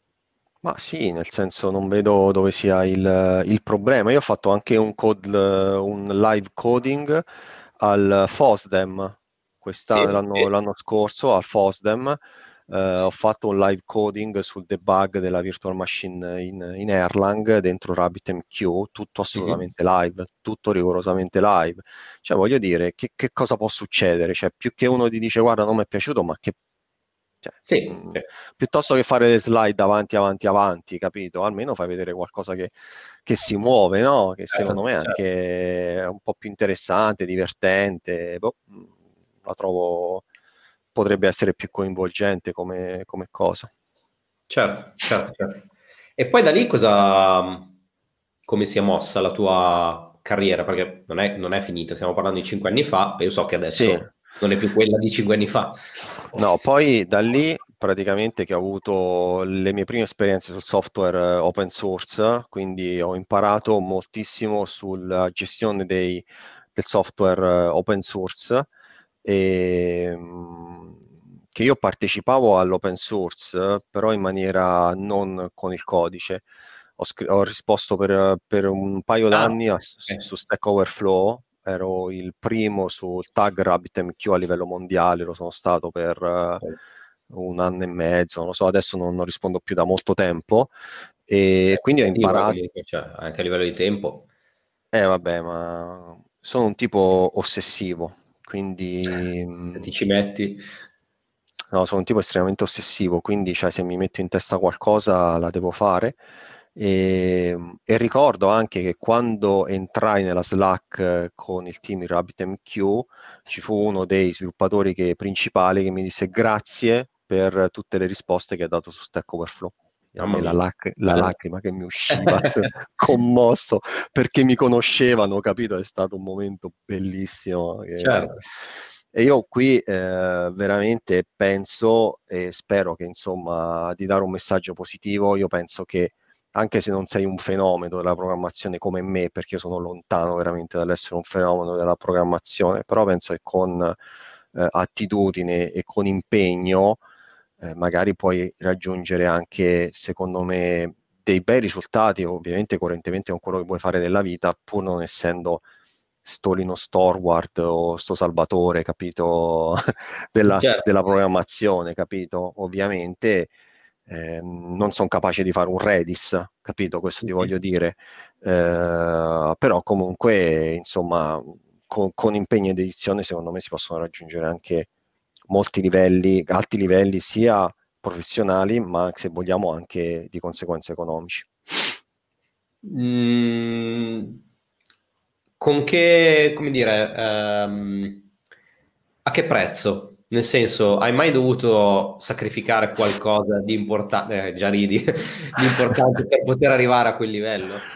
Ma sì, nel senso non vedo dove sia il, il problema. Io ho fatto anche un code, un live coding al FOSDEM Sì, questa- l'anno sì. l'anno scorso al FOSDEM. Eh, ho fatto un live coding sul debug della virtual machine in, in Erlang dentro RabbitMQ, tutto Mhm. assolutamente live, tutto rigorosamente live. Cioè, voglio dire, che, che cosa può succedere? Cioè, più che uno ti dice guarda, non mi è piaciuto, ma che cioè, Sì, mh, sì. piuttosto che fare le slide avanti, avanti, avanti, capito? Almeno fai vedere qualcosa che, che si muove, no? Che secondo Certo, me è certo. anche un po' più interessante, divertente. Boh, mh, la trovo, potrebbe essere più coinvolgente come, come cosa. Certo, certo, certo. E poi da lì cosa, come si è mossa la tua carriera? Perché non è, non è finita, stiamo parlando di cinque anni fa, e io so che Sì, adesso non è più quella di cinque anni fa. no, poi da lì praticamente che ho avuto le mie prime esperienze sul software eh, open source, quindi ho imparato moltissimo sulla gestione dei- del software eh, open source e mh, che io partecipavo all'open source, però in maniera non con il codice. Ho, scr- ho risposto per, per un paio Ah, d'anni a- ok. su Stack Overflow, ero il primo sul tag RabbitMQ a livello mondiale, lo sono stato per, eh, un anno e mezzo, non lo so, adesso non, non rispondo più da molto tempo, e È quindi ho impegnativo, eh, imparato. comunque, cioè, anche a livello di tempo. Eh vabbè, ma sono un tipo ossessivo, quindi Se mh, ti ci metti. no, sono un tipo estremamente ossessivo, quindi cioè, se mi metto in testa qualcosa la devo fare. E, e ricordo anche che quando entrai nella Slack eh, con il team di RabbitMQ, ci fu uno dei sviluppatori che- principali che mi disse grazie per tutte le risposte che ha dato su Stack Overflow. E a Mamma me la, mia, lac- la bello. lacrima che mi usciva, commosso, perché mi conoscevano, capito? È stato un momento bellissimo. che- Certo. E io qui eh, veramente penso e spero che, insomma, di dare un messaggio positivo. Io penso che anche se non sei un fenomeno della programmazione come me, perché io sono lontano veramente dall'essere un fenomeno della programmazione, però penso che con eh, attitudine e con impegno eh, magari puoi raggiungere anche, secondo me, dei bei risultati, ovviamente coerentemente con quello che vuoi fare nella vita, pur non essendo sto Lino Storwart o sto Salvatore, capito, della, Certo. della programmazione, capito? Ovviamente eh, non sono capace di fare un Redis, capito? Questo ti voglio dire. Eh, però comunque, insomma, con, con impegno ed edizione, secondo me si possono raggiungere anche molti livelli, alti livelli sia professionali, ma se vogliamo anche di conseguenze economici. Mm, con che, come dire, ehm, a che prezzo? Nel senso, hai mai dovuto sacrificare qualcosa di importante, eh, già ridi, di importante per poter arrivare a quel livello?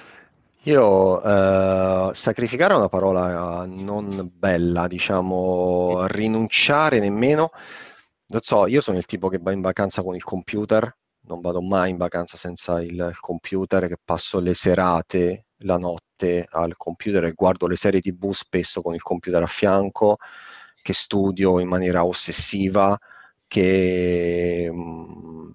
Io, eh, sacrificare è una parola non bella, diciamo, rinunciare nemmeno. Non so, io sono il tipo che va in vacanza con il computer, non vado mai in vacanza senza il, il computer, che passo le serate, la notte al computer e guardo le serie T V spesso con il computer a fianco, che studio in maniera ossessiva, che mh,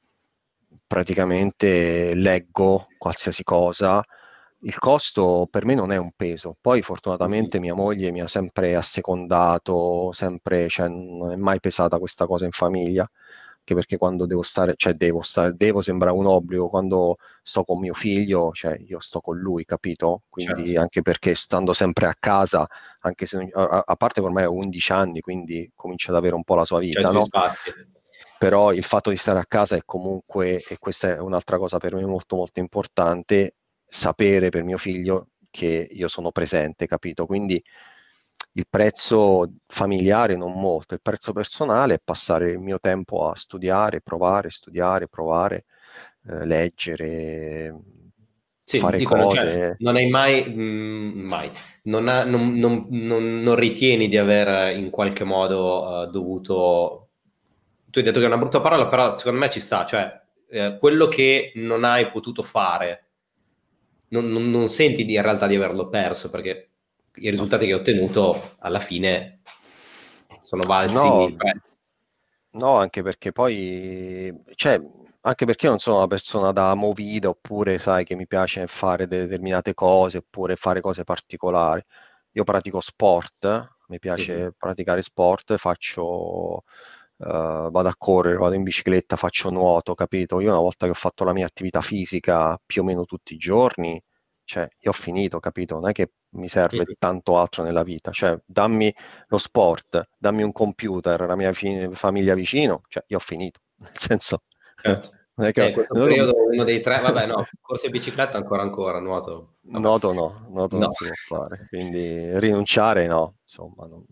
praticamente leggo qualsiasi cosa. Il costo per me non è un peso. Poi Mhm. fortunatamente mia moglie mi ha sempre assecondato, sempre, cioè, non è mai pesata questa cosa in famiglia, anche perché quando devo stare, cioè devo stare, devo sembra un obbligo, quando sto con mio figlio, cioè io sto con lui, capito? Certo, Quindi anche perché stando sempre a casa, anche se a, a parte che ormai ho undici anni, quindi comincia ad avere un po' la sua c'hai i vita, suoi no? spazi. Però il fatto di stare a casa è comunque, e questa è un'altra cosa per me molto molto importante, sapere per mio figlio che io sono presente, capito? Quindi il prezzo familiare non molto, il prezzo personale è passare il mio tempo a studiare, provare, studiare, provare, eh, leggere, Sì, fare dicono, cioè, cose. non hai mai, mm, mai, non, ha- non- non- non- non ritieni di aver in qualche modo eh, dovuto, tu hai detto che è una brutta parola, però secondo me ci sta, cioè, eh, quello che non hai potuto fare, non, non- non senti di- in realtà di averlo perso, perché i No, risultati che hai ottenuto alla fine sono valsi no, il prezzo. no, anche perché poi, cioè, anche perché io non sono una persona da movida, oppure sai che mi piace fare de- determinate cose, oppure fare cose particolari. Io pratico sport, mi Mhm. piace praticare sport, faccio, eh, vado a correre, vado in bicicletta, faccio nuoto, capito? Io una volta che ho fatto la mia attività fisica più o meno tutti i giorni, cioè, io ho finito, capito? Non è che mi serve Mhm. tanto altro nella vita, cioè, dammi lo sport, dammi un computer, la mia fi- famiglia vicino, cioè io ho finito, nel senso, Certo. non è che Eh, in questo non è che- periodo uno dei tre, vabbè no, corsa e bicicletta ancora ancora, nuoto, vabbè. nuoto no, nuoto No. non si può fare, quindi rinunciare no, insomma, non,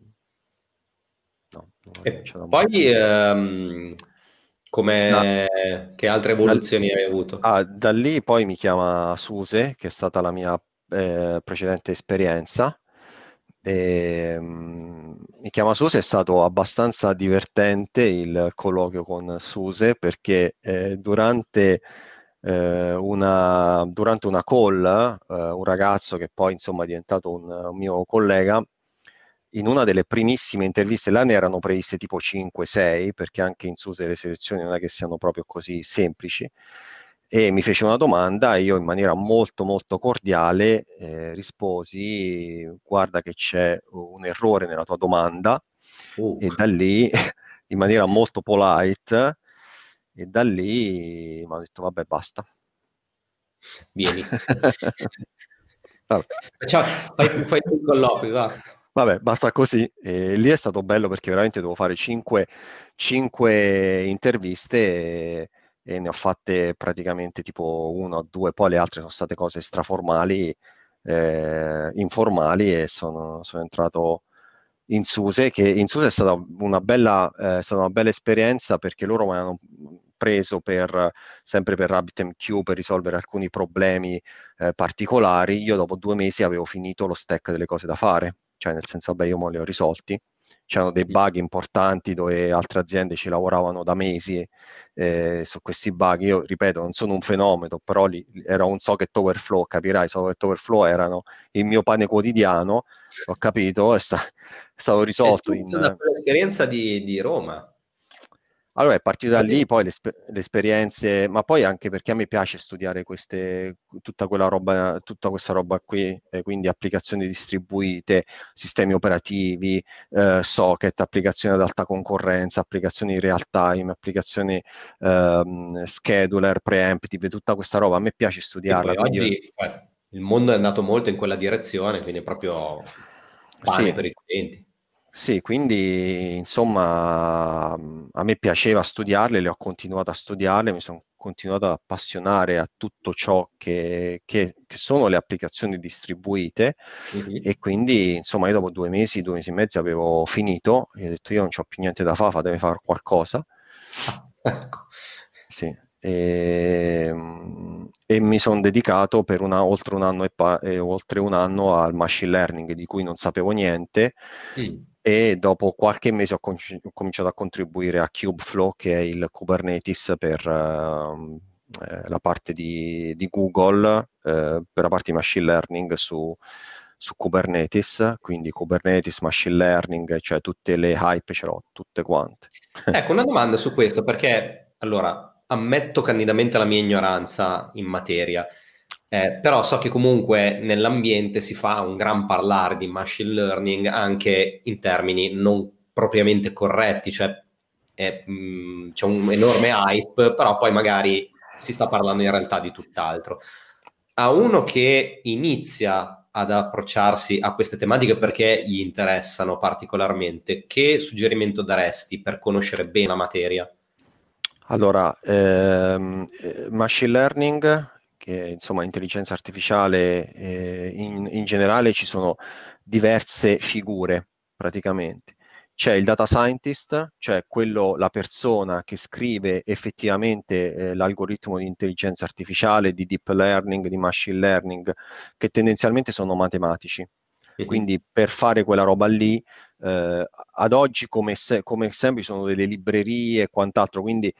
no, non ho E rinunciato mai. poi ehm, Da, come che altre da- evoluzioni hai avuto? ah, da lì poi mi chiama Suse, che è stata la mia eh, precedente esperienza. E, mm, mi chiama Suse, è stato abbastanza divertente il colloquio con Suse perché eh, durante, eh, una, durante una call, eh, un ragazzo che poi insomma è diventato un, un mio collega, in una delle primissime interviste, là ne erano previste tipo cinque sei, perché anche in Suse le selezioni non è che siano proprio così semplici, e mi fece una domanda e io in maniera molto molto cordiale eh, risposi: guarda che c'è un errore nella tua domanda, Uh, e da lì in maniera molto polite, e da lì mi hanno detto vabbè basta. Vieni. Vabbè. Ciao, fai, fai tu il colloquio, va. Vabbè, basta così. E lì è stato bello perché veramente devo fare cinque, cinque interviste e, e ne ho fatte praticamente tipo una o due, poi le altre sono state cose straformali, eh, informali, e sono, sono entrato in Suse, che in Suse è stata una bella, eh, è stata una bella esperienza perché loro mi hanno preso per, sempre per RabbitMQ per risolvere alcuni problemi eh, particolari. Io dopo due mesi avevo finito lo stack delle cose da fare, cioè nel senso, vabbè, io me li ho risolti. C'erano dei bug importanti dove altre aziende ci lavoravano da mesi eh, su questi bug. Io, ripeto, non sono un fenomeno, però lì era un socket overflow, capirai, socket overflow erano il mio pane quotidiano, ho capito, è, sta- è stato È risolto tutta in... da quell'esperienza di, di Roma. Allora, è partito da lì, poi le, spe- le esperienze, ma poi anche perché a me piace studiare queste, tutta quella roba, tutta questa roba qui, eh, quindi applicazioni distribuite, sistemi operativi, eh, socket, applicazioni ad alta concorrenza, applicazioni real time, applicazioni ehm, scheduler, preemptive, tutta questa roba, a me piace E poi studiarla, quindi io- oggi eh, il mondo è andato molto in quella direzione, quindi è proprio pane sì. per i clienti. Sì, quindi insomma mh, a me piaceva studiarle, le ho continuato a studiarle, mi sono continuato ad appassionare a tutto ciò che, che- che sono le applicazioni distribuite, Mhm. e quindi insomma io dopo due mesi, due mesi e mezzo avevo finito e ho detto io non ho più niente da fare, fatemi fare qualcosa. Ah, ecco. Sì, e, mm, e mi sono dedicato per una- oltre un anno e, pa- e oltre un anno al machine learning di cui non sapevo niente, Mm. e dopo qualche mese ho, con- ho cominciato a contribuire a Kubeflow, che è il Kubernetes per ehm, eh, la parte di, di Google, eh, per la parte di machine learning su, su Kubernetes, quindi Kubernetes, machine learning, cioè tutte le hype ce l'ho, tutte quante. Ecco, una domanda su questo, perché allora ammetto candidamente la mia ignoranza in materia, eh, però so che comunque nell'ambiente si fa un gran parlare di machine learning anche in termini non propriamente corretti, cioè è, mh, c'è un enorme hype, però poi magari si sta parlando in realtà di tutt'altro. A uno che inizia ad approcciarsi a queste tematiche perché gli interessano particolarmente, che suggerimento daresti per conoscere bene la materia? Allora, ehm, eh, machine learning, che insomma intelligenza artificiale, eh, in, in generale ci sono diverse figure praticamente. C'è il data scientist, cioè quello, la persona che scrive effettivamente eh, l'algoritmo di intelligenza artificiale, di deep learning, di machine learning, che tendenzialmente sono matematici. Mhm. Quindi per fare quella roba lì, eh, ad oggi come, se- come sempre ci sono delle librerie e quant'altro, quindi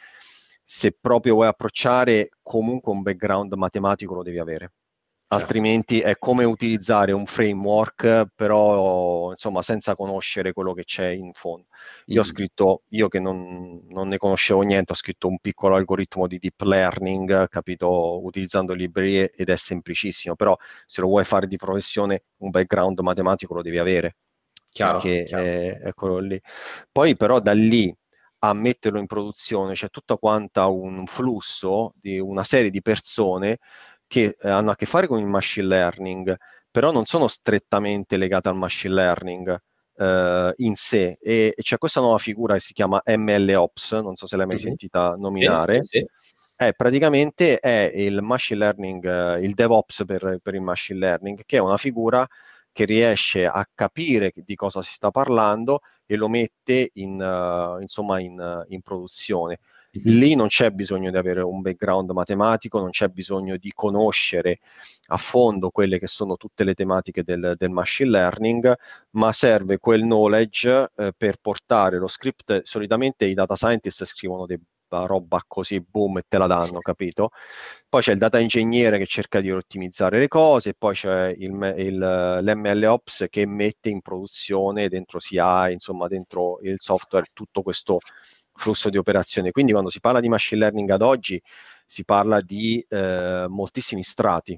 se proprio vuoi approcciare, comunque un background matematico lo devi avere. Certo. Altrimenti è come utilizzare un framework, però insomma senza conoscere quello che c'è in fondo. Io ho Mhm. scritto, io che non, non ne conoscevo niente, ho scritto un piccolo algoritmo di deep learning, capito, utilizzando librerie, ed è semplicissimo, però se lo vuoi fare di professione, un background matematico lo devi avere, Chiaro, perché chiaro. è, è quello lì. Poi però da lì a metterlo in produzione c'è tutta quanta un flusso di una serie di persone che eh, hanno a che fare con il machine learning, però non sono strettamente legate al machine learning eh, in sé. E, e c'è questa nuova figura che si chiama MLOps, non so se l'hai mai Mhm. sentita Sì, sì, nominare. sì. È praticamente è il machine learning, eh, il DevOps per, per il machine learning, che è una figura che riesce a capire di cosa si sta parlando e lo mette in, uh, insomma in, uh, in produzione. Mhm. Lì non c'è bisogno di avere un background matematico, non c'è bisogno di conoscere a fondo quelle che sono tutte le tematiche del, del machine learning, ma serve quel knowledge eh, per portare lo script. Solitamente i data scientist scrivono dei roba così, boom, e te la danno, capito? Poi c'è il data ingegnere che cerca di ottimizzare le cose, e poi c'è il, il, l'MLOps che mette in produzione dentro C I, insomma, dentro il software, tutto questo flusso di operazioni. Quindi quando si parla di machine learning ad oggi si parla di eh, moltissimi strati,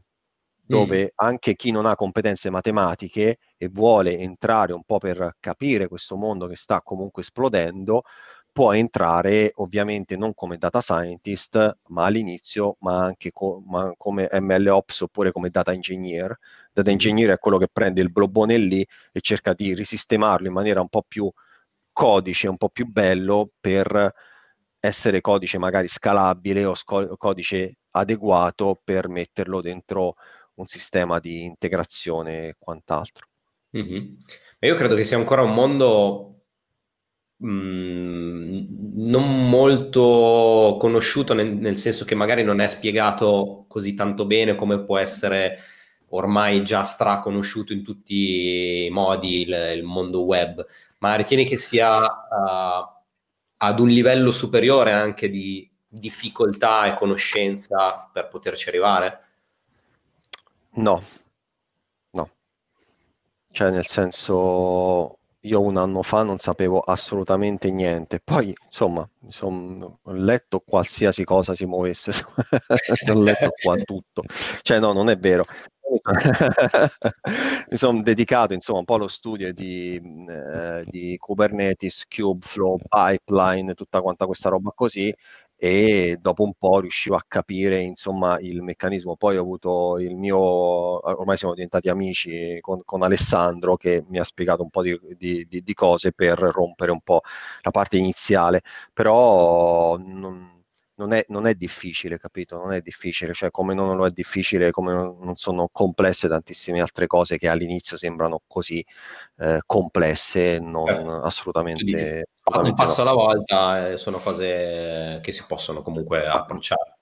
Mm. dove anche chi non ha competenze matematiche e vuole entrare un po' per capire questo mondo che sta comunque esplodendo, può entrare ovviamente non come data scientist, ma all'inizio, ma anche co- ma come M L Ops oppure come data engineer. Data Mhm. engineer è quello che prende il blobone lì e cerca di risistemarlo in maniera un po' più codice, un po' più bello per essere codice magari scalabile o sco- codice adeguato per metterlo dentro un sistema di integrazione e quant'altro. Mhm. Ma io credo che sia ancora un mondo mh, non molto conosciuto, nel, nel senso che magari non è spiegato così tanto bene come può essere ormai già straconosciuto in tutti i modi il, il mondo web. Ma ritieni che sia uh, ad un livello superiore anche di difficoltà e conoscenza per poterci arrivare? No, no. Cioè, nel senso, io un anno fa non sapevo assolutamente niente. Poi, insomma, mi son- ho letto qualsiasi cosa si muovesse, ho letto qua tutto. Cioè, no, non è vero. Mi sono dedicato, insomma, un po' allo studio di, eh, di Kubernetes, Kubeflow, Pipeline, tutta quanta questa roba così, e dopo un po' riuscivo a capire insomma il meccanismo. Poi ho avuto il mio, ormai siamo diventati amici con, con Alessandro, che mi ha spiegato un po' di, di- di- di cose per rompere un po' la parte iniziale, però non, non è, non è difficile, capito? Non è difficile, cioè come non lo è difficile, come non non sono complesse tantissime altre cose che all'inizio sembrano così eh, complesse, non Certo. Tu dici, assolutamente, un assolutamente no. passo alla volta, eh, sono cose che si possono comunque Ma, approcciare.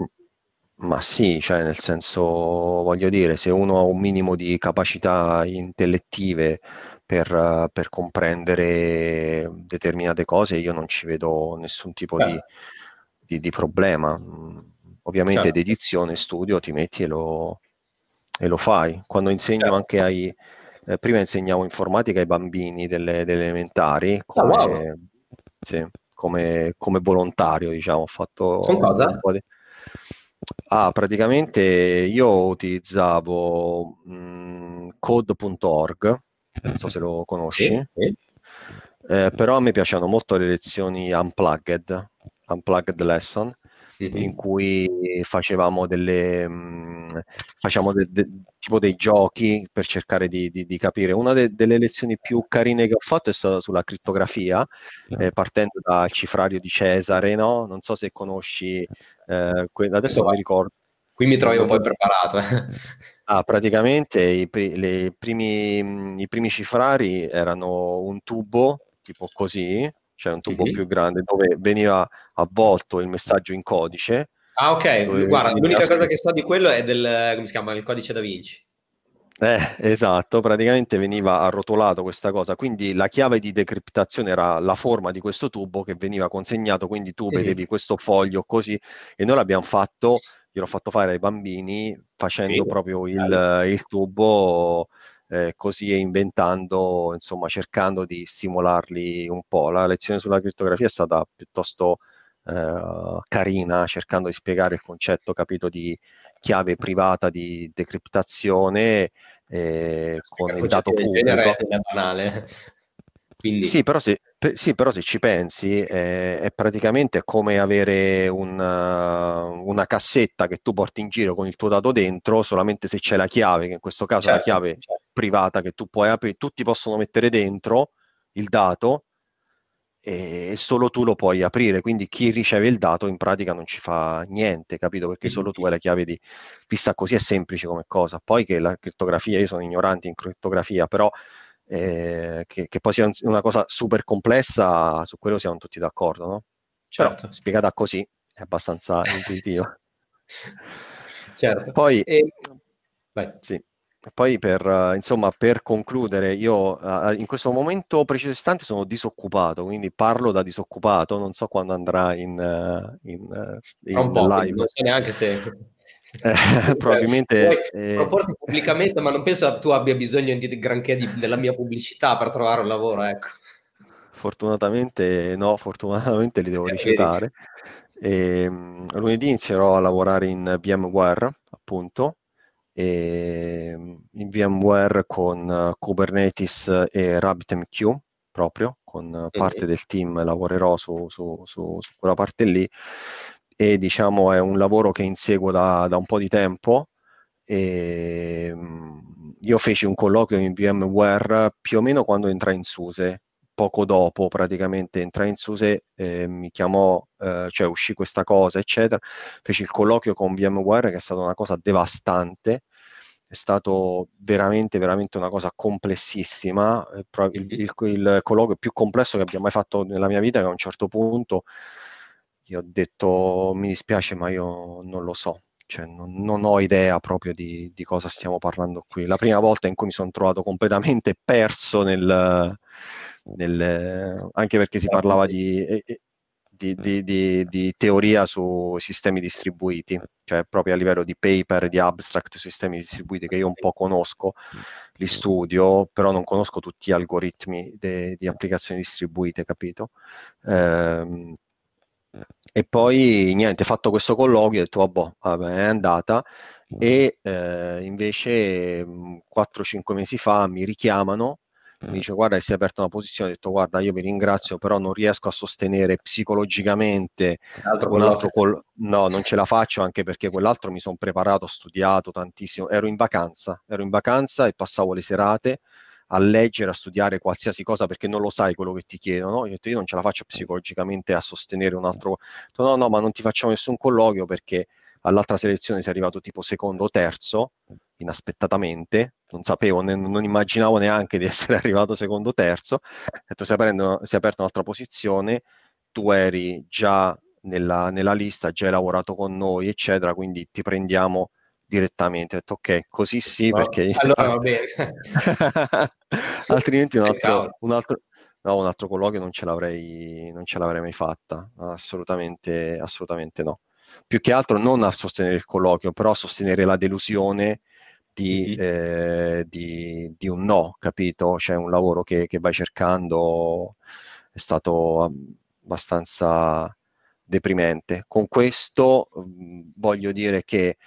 ma sì, cioè nel senso, voglio dire, se uno ha un minimo di capacità intellettive per, eh, per comprendere determinate cose, io non ci vedo nessun tipo di, Certo, di- di problema. Mm, Ovviamente certo, dedizione, studio, ti metti e lo, e lo fai. Quando insegno certo. anche ai... eh, prima insegnavo informatica ai bambini delle, delle elementari Ah, wow. come, sì, come, come volontario, diciamo, ho Con fatto cosa? un po' di... Ah, praticamente io utilizzavo mh, code punto org, non so se lo conosci, Sì, sì. eh, però a me piacciono molto le lezioni unplugged, unplugged lesson, in Mhm. cui facevamo delle, mh, facciamo de- de- tipo dei giochi per cercare di, di- di capire. Una de- delle lezioni più carine che ho fatto è stata sulla crittografia, eh, partendo dal cifrario di Cesare, no? Non so se conosci, eh, que- adesso Questo non va. mi ricordo. Qui mi trovi un Non po' mi- impreparato. eh. Ah, praticamente i, pri- le primi, mh, i primi cifrari erano un tubo, tipo così, cioè un tubo Mhm. più grande, dove veniva avvolto il messaggio in codice, Ah, ok. dove L- Guarda, veniva l'unica cosa scritto. che so di quello è del, come si chiama, il codice da Vinci. Eh, esatto, praticamente veniva arrotolato questa cosa, quindi la chiave di decriptazione era la forma di questo tubo che veniva consegnato, quindi tu Mhm. vedevi questo foglio così, e noi l'abbiamo fatto, gliel'ho fatto fare ai bambini facendo Figo. proprio Bello. il, il tubo eh, così, e inventando, insomma, cercando di stimolarli un po'. La lezione sulla crittografia è stata piuttosto eh, carina, cercando di spiegare il concetto, capito, di chiave privata di decriptazione eh, con Spiegare il dato concetti del genere pubblico. non è banale. Sì, Quindi, però se, pe- sì, però se ci pensi, eh, è praticamente come avere un, uh, una cassetta che tu porti in giro con il tuo dato dentro, solamente se c'è la chiave, che in questo caso è una certo, chiave certo. privata che tu puoi aprire, tutti possono mettere dentro il dato e solo tu lo puoi aprire, quindi chi riceve il dato in pratica non ci fa niente, capito? Perché Mhm. solo tu hai la chiave di... Vista così è semplice come cosa. Poi che la crittografia, io sono ignorante in crittografia, però eh, che, che poi sia un- una cosa super complessa, su quello siamo tutti d'accordo, no? Però Certo. spiegata così è abbastanza intuitiva. Certo. Poi, E, vai. sì, poi per, eh, insomma, per concludere, io eh, in questo momento preciso istante sono disoccupato, quindi parlo da disoccupato, non so quando andrà in, eh, in, eh, Tra un in po', quindi non live. so neanche se... Eh, Vuoi probabilmente, eh, proporti pubblicamente, ma non penso che tu abbia bisogno di granché di- della mia pubblicità per trovare un lavoro, ecco. fortunatamente no, fortunatamente li devo Eh, vedi? rifiutare. E, mh, lunedì inizierò a lavorare in VMware, appunto, e, mh, in VMware con eh, Kubernetes e RabbitMQ proprio, con parte Mhm. del team lavorerò su, su- su- su quella parte lì e diciamo è un lavoro che inseguo da, da un po' di tempo e mh, io feci un colloquio in VMware più o meno quando entrai in SUSE, poco dopo praticamente entrai in SUSE, eh, mi chiamò, eh, cioè uscì questa cosa, eccetera, feci il colloquio con VMware che è stata una cosa devastante, è stato veramente, veramente una cosa complessissima, eh, pro- il, Mhm. il- il colloquio più complesso che abbia mai fatto nella mia vita, che a un certo punto io ho detto, mi dispiace, ma io non lo so, cioè non, non ho idea proprio di, di cosa stiamo parlando qui. La prima volta in cui mi sono trovato completamente perso nel, nel- anche perché si parlava di, eh, eh, di, di- di- di teoria su sistemi distribuiti, cioè proprio a livello di paper, di abstract su sistemi distribuiti che io un po' conosco, li studio, però non conosco tutti gli algoritmi de- di applicazioni distribuite, capito? Ehm, e poi niente, fatto questo colloquio, ho detto, vabbè, vabbè, è andata. E eh, invece mh, quattro cinque mesi fa mi richiamano, mi dice guarda, si è aperta una posizione, ho detto guarda, io vi ringrazio, però non riesco a sostenere psicologicamente Altro un altro colloquio. col... No, non ce la faccio anche perché quell'altro mi sono preparato, ho studiato tantissimo, ero in vacanza, ero in vacanza e passavo le serate a leggere, a studiare qualsiasi cosa perché non lo sai quello che ti chiedono. Io ho detto io non ce la faccio psicologicamente a sostenere un altro. Ho detto, no, no, ma non ti facciamo nessun colloquio perché all'altra selezione sei arrivato tipo secondo o terzo, inaspettatamente, non sapevo, ne- non immaginavo neanche di essere arrivato secondo o terzo. Ho detto si è, aprendo- si è aperta un'altra posizione, tu eri già nella, nella lista, già hai lavorato con noi, eccetera, quindi ti prendiamo direttamente. Ho detto ok, così sì, No? perché Allora va bene. altrimenti un Eh, altro, cavolo. un altro, no, un altro colloquio non ce l'avrei, non ce l'avrei mai fatta, assolutamente, assolutamente no. Più che altro non a sostenere il colloquio, però a sostenere la delusione di, Mhm. eh, di- di un no, capito? C'è un lavoro che, che vai cercando, è stato abbastanza deprimente. Con questo mh, voglio dire che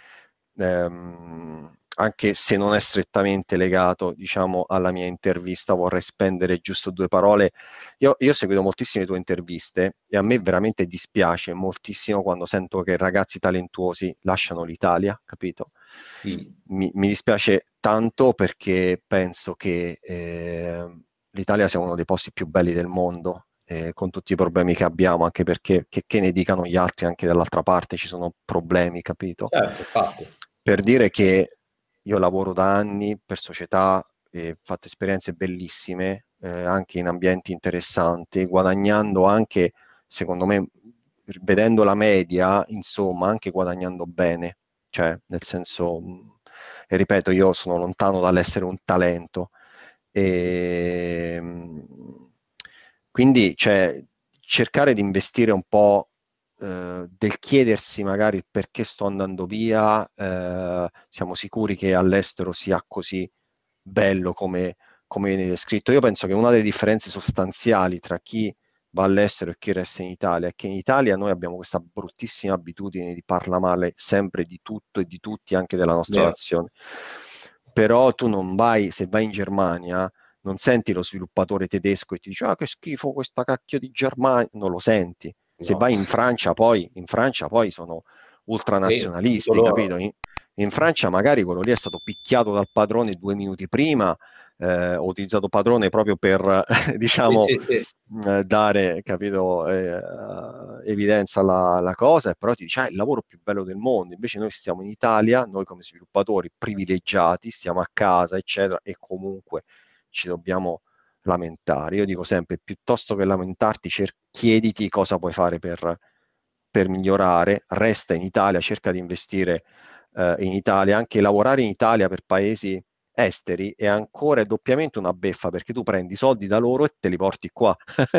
ehm, anche se non è strettamente legato, diciamo, alla mia intervista, vorrei spendere giusto due parole. Io, io ho seguito moltissime tue interviste e a me veramente dispiace moltissimo quando sento che ragazzi talentuosi lasciano l'Italia, capito? Mm. Mi, mi dispiace tanto perché penso che eh, l'Italia sia uno dei posti più belli del mondo, eh, con tutti i problemi che abbiamo, anche perché che, che ne dicano gli altri, anche dall'altra parte ci sono problemi, capito? Certo, infatti. Per dire che io lavoro da anni per società e ho fatto esperienze bellissime, eh, anche in ambienti interessanti, guadagnando anche, secondo me, vedendo la media, insomma, anche guadagnando bene, cioè nel senso, mh, e ripeto, io sono lontano dall'essere un talento. E, mh, quindi, cioè, cercare di investire un po' eh, del chiedersi magari il perché sto andando via, eh, siamo sicuri che all'estero sia così bello come, come viene descritto. Io penso che una delle differenze sostanziali tra chi va all'estero e chi resta in Italia è che in Italia noi abbiamo questa bruttissima abitudine di parlare male sempre di tutto e di tutti, anche della nostra Vero. nazione. Però tu non vai, se vai in Germania, non senti lo sviluppatore tedesco e ti dice ah che schifo questa cacchio di Germania, non lo senti. Se No. vai in Francia poi, in Francia poi sono Sì, tutto ultranazionalisti, capito? loro. In, in Francia magari quello lì è stato picchiato dal padrone due minuti prima, eh, ho utilizzato padrone proprio per, Sì, diciamo, sì, sì. eh, dare, capito, eh, evidenza alla, alla cosa, e però ti dice, ah, è il lavoro più bello del mondo. Invece noi stiamo in Italia, noi come sviluppatori privilegiati, stiamo a casa, eccetera, e comunque ci dobbiamo lamentare. Io dico sempre, piuttosto che lamentarti, cer- chiediti cosa puoi fare per, per migliorare, resta in Italia, cerca di investire eh, in Italia, anche lavorare in Italia per paesi esteri è ancora è doppiamente una beffa perché tu prendi i soldi da loro e te li porti qua.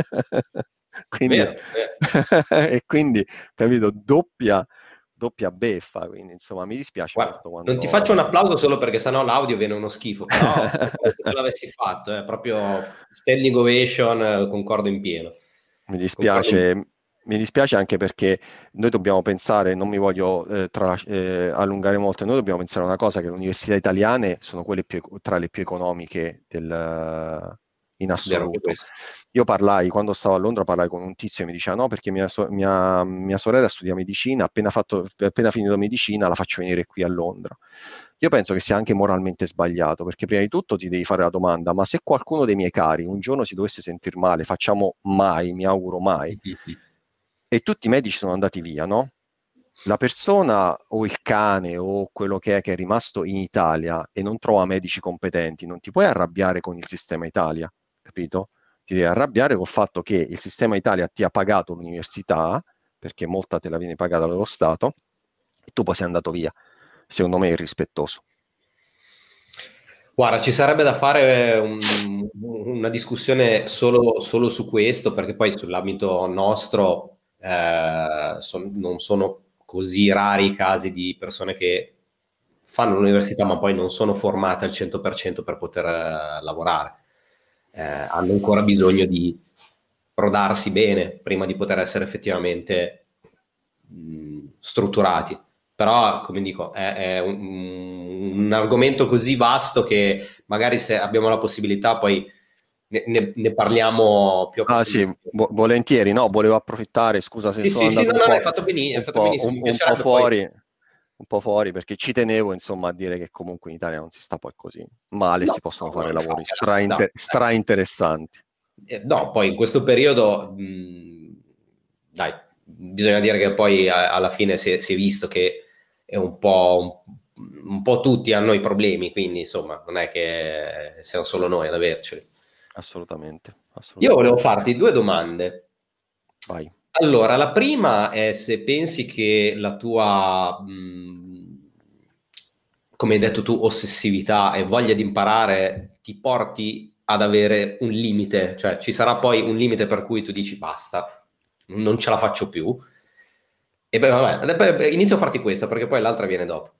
Quindi, Vero, vero. e quindi, capito, doppia, doppia beffa. Quindi, insomma, mi dispiace Guarda, molto non ti faccio quando... un applauso solo perché sennò l'audio viene uno schifo, però è come se tu l'avessi fatto, è proprio standing ovation, eh, concordo in pieno. Mi Concordo in... dispiace, mi dispiace anche perché noi dobbiamo pensare, non mi voglio eh, tra- eh, allungare molto, noi dobbiamo pensare a una cosa, che le università italiane sono quelle più, tra le più economiche del, in Vero anche assoluto. questo. Io parlai, quando stavo a Londra, parlai con un tizio e mi diceva no, perché mia, so- mia- mia sorella studia medicina, appena, fatto, appena finito medicina la faccio venire qui a Londra. Io penso che sia anche moralmente sbagliato, perché prima di tutto ti devi fare la domanda, ma se qualcuno dei miei cari un giorno si dovesse sentir male, facciamo mai, mi auguro mai, Mhm. e tutti i medici sono andati via, no? La persona o il cane o quello che è che è rimasto in Italia e non trova medici competenti, non ti puoi arrabbiare con il sistema Italia, capito? Ti devi arrabbiare col fatto che il sistema Italia ti ha pagato l'università, perché molta te la viene pagata dallo Stato, e tu poi sei andato via. Secondo me è irrispettoso. Guarda, ci sarebbe da fare un- una discussione solo, solo su questo, perché poi sull'ambito nostro eh, son- non sono così rari i casi di persone che fanno l'università ma poi non sono formate al cento per cento per poter eh, lavorare. Eh, hanno ancora bisogno di prodarsi bene prima di poter essere effettivamente mh, strutturati. Però, come dico, è, è un, un argomento così vasto che magari se abbiamo la possibilità poi ne, ne- ne parliamo più Ah sì, approfonditamente. vo- volentieri, no, volevo approfittare, scusa se Sì, sono sì, sì, andato no, un no, no, hai po', fatto beni- hai un fatto po', benissimo. un, Mi un po' piacerebbe poi. fuori, un po' fuori, perché ci tenevo, insomma, a dire che comunque in Italia non si sta poi così male, No, si possono no, no, fare lavori infatti, stra, no, inter- stra interessanti. eh, no, poi in questo periodo, mh, dai, bisogna dire che poi a- alla fine si è, si è visto che è un po', un, un po' tutti hanno i problemi, quindi insomma non è che siamo solo noi ad averceli. Assolutamente, Io volevo assolutamente. farti due domande. Vai. Allora, la prima è se pensi che la tua, mh, come hai detto tu, ossessività e voglia di imparare ti porti ad avere un limite, cioè ci sarà poi un limite per cui tu dici basta, non ce la faccio più. E beh, vabbè, adesso inizio a farti questa perché poi l'altra viene dopo.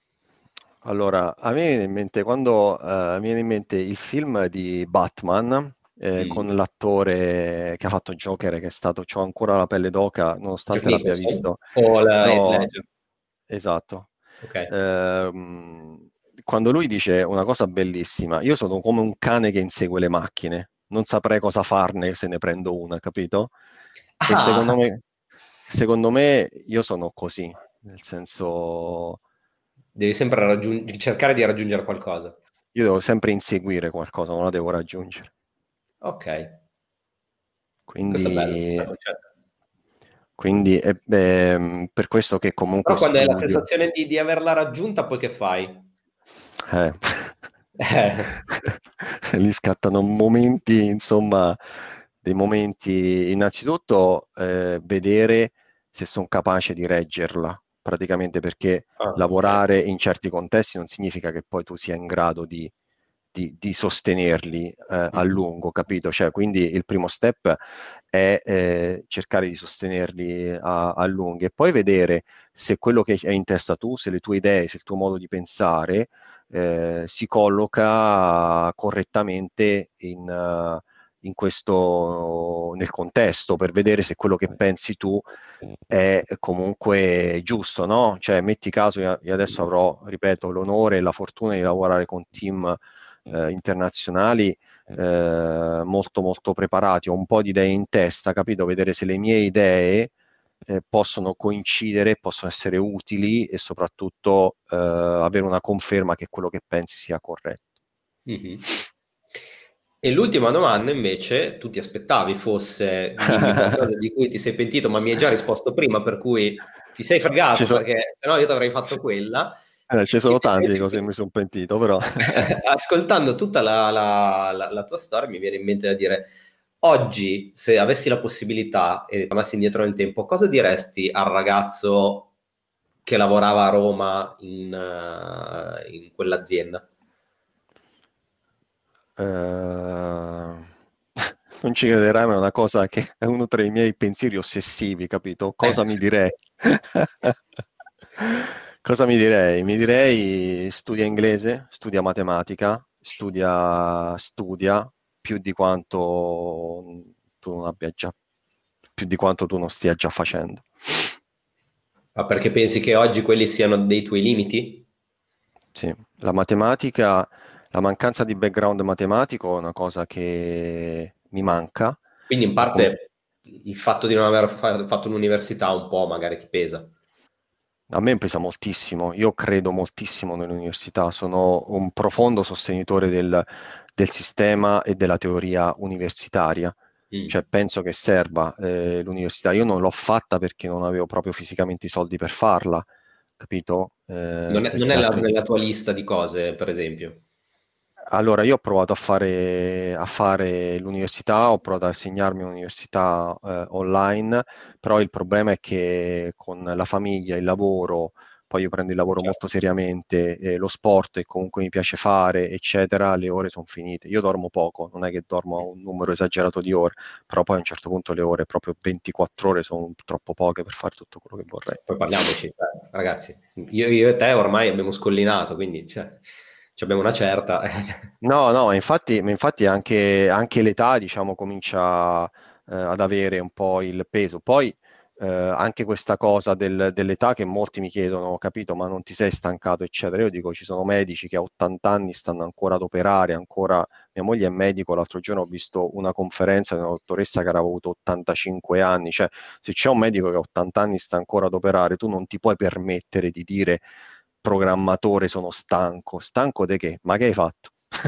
Allora, a me viene in mente quando eh, mi viene in mente il film di Batman eh, Mm. con l'attore che ha fatto Joker, che è stato, c'ho ancora la pelle d'oca, Jack nonostante l'abbia Nicholson visto. o la Heath No, Ledger? esatto. Ok. Ehm, quando lui dice una cosa bellissima, io sono come un cane che insegue le macchine, non saprei cosa farne se ne prendo una, capito? E secondo Ah, me, secondo me io sono così, nel senso, devi sempre raggiung- cercare di raggiungere qualcosa. io devo sempre inseguire qualcosa, non la devo raggiungere. Ok, questo è bello, Quindi, bel concetto. quindi è beh, per questo che comunque Però quando hai la studio. sensazione di, di averla raggiunta, poi che fai? Eh. Eh, Lì scattano momenti, insomma, dei momenti, innanzitutto eh, vedere se sono capace di reggerla, praticamente perché ah, ok. lavorare in certi contesti non significa che poi tu sia in grado di, di- di sostenerli eh, a Mhm. lungo, capito? Cioè, quindi il primo step è eh, cercare di sostenerli a, a lungo e poi vedere se quello che hai in testa tu, se le tue idee, se il tuo modo di pensare eh, si colloca correttamente in, eh, in questo, nel contesto per vedere se quello che pensi tu è comunque giusto, no? Cioè, metti caso, io io adesso avrò, ripeto, l'onore e la fortuna di lavorare con team eh, internazionali eh, molto molto preparati, ho un po' di idee in testa, capito? Vedere se le mie idee eh, possono coincidere, possono essere utili e soprattutto eh, avere una conferma che quello che pensi sia corretto. Mhm. E l'ultima domanda invece, tu ti aspettavi fosse dimmi qualcosa di cui ti sei pentito, ma mi hai già risposto prima, per cui ti sei Ci fregato so- perché sennò io ti avrei fatto quella. eh, ci Che sono tante di cose che invece, mi sono pentito, però ascoltando tutta la, la- la- la tua storia, mi viene in mente da dire: oggi, se avessi la possibilità e tornassi indietro nel tempo, cosa diresti al ragazzo che lavorava a Roma in, eh, in quell'azienda? eh, non ci crederai, ma è una cosa che è uno tra i miei pensieri ossessivi, capito? Eh, Cosa mi direi? Cosa mi direi? Mi direi studia inglese, studia matematica, studia, studia più di quanto tu non abbia già, più di quanto tu non stia già facendo. ma perché pensi che oggi quelli siano dei tuoi limiti? Sì, la matematica, la mancanza di background matematico è una cosa che mi manca, Quindi in ho com- parte il fatto di non aver fa- fatto l'università un po' magari ti pesa. a me pesa moltissimo, io credo moltissimo nell'università, sono un profondo sostenitore del, del sistema e della teoria universitaria, Mm. cioè penso che serva eh, l'università. Io non l'ho fatta perché non avevo proprio fisicamente i soldi per farla, capito? Non Eh, è, non è perché la- altri... nella tua lista di cose, per esempio. Allora, io ho provato a fare, a fare l'università, ho provato a segnarmi un'università eh, online, però il problema è che con la famiglia, il lavoro, poi io prendo il lavoro Cioè, molto seriamente, eh, lo sport che comunque mi piace fare, eccetera, le ore sono finite. Io dormo poco, non è che dormo un numero esagerato di ore, però poi a un certo punto le ore, proprio ventiquattro ore, sono troppo poche per fare tutto quello che vorrei. poi parliamoci, cioè, ragazzi, io, io e te ormai abbiamo scollinato, quindi cioè, ci abbiamo una certa. No, no, infatti, ma infatti anche, anche l'età, diciamo, comincia eh, ad avere un po' il peso. Poi eh, anche questa cosa del- dell'età che molti mi chiedono, ho capito, ma non ti sei stancato, eccetera. Io dico, ci sono medici che a ottanta anni stanno ancora ad operare, ancora... Mia moglie è medico, l'altro giorno ho visto una conferenza di una dottoressa che aveva avuto ottantacinque anni. Cioè, se c'è un medico che a ottanta anni sta ancora ad operare, tu non ti puoi permettere di dire programmatore, sono stanco. Stanco di che? Ma che hai fatto?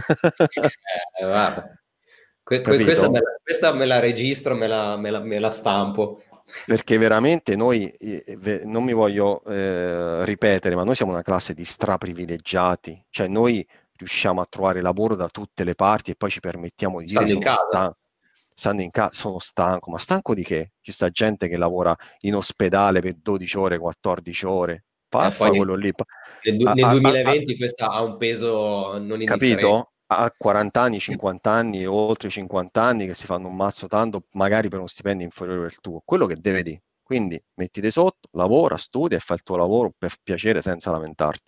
Eh, guarda, que- que- questa, me Capito? la, questa me la registro, me la, me la- me la stampo. Perché veramente noi, eh, ve- non mi voglio eh, ripetere, ma noi siamo una classe di straprivilegiati, cioè noi riusciamo a trovare lavoro da tutte le parti e poi ci permettiamo di dire Stando in sono casa. stanco, stando in casa, sono stanco, ma stanco di che? Ci sta gente che lavora in ospedale per dodici ore, quattordici ore, va a Eh, fare poi quello lì. nel, du- A- nel a- a- a- duemilaventi questa ha un peso non indifferente. capito? A quaranta anni, cinquanta anni, o oltre cinquanta anni che si fanno un mazzo tanto, magari per uno stipendio inferiore al tuo, quello che deve dire. Quindi mettiti sotto, lavora, studia e fai il tuo lavoro per piacere senza lamentarti.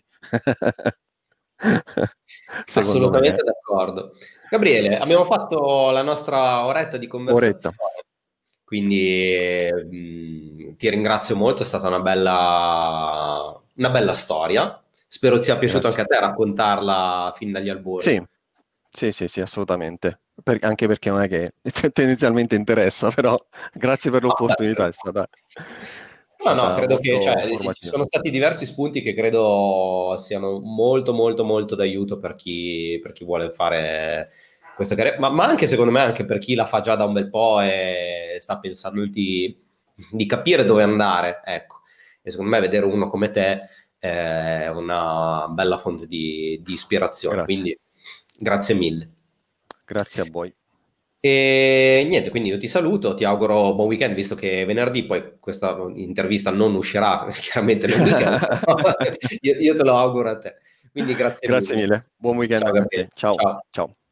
Secondo me, eh. Assolutamente d'accordo. Gabriele, abbiamo fatto la nostra oretta di Oretta. conversazione, quindi mh, ti ringrazio molto, è stata una bella, una bella storia. Spero ti sia piaciuto Grazie. anche a te raccontarla fin dagli albori. Sì, sì, sì, sì, assolutamente. Per- anche perché non è che tendenzialmente interessa, però grazie per No, l'opportunità, certo. è stata, è No, no, stata credo che molto cioè, ci formativa. sono stati diversi spunti che credo siano molto, molto, molto d'aiuto per chi, per chi vuole fare questa carriera, ma, ma anche secondo me anche per chi la fa già da un bel po' e sta pensando di, di capire dove andare, ecco. E secondo me vedere uno come te è una bella fonte di, di ispirazione, Grazie, quindi grazie mille. grazie a voi. E niente, quindi io ti saluto, ti auguro buon weekend, visto che è venerdì, poi questa intervista non uscirà chiaramente nel weekend, però io, io te lo auguro a te. Quindi grazie Grazie mille. mille, buon weekend Ciao anche a te. Gabriele, Ciao, ciao. ciao.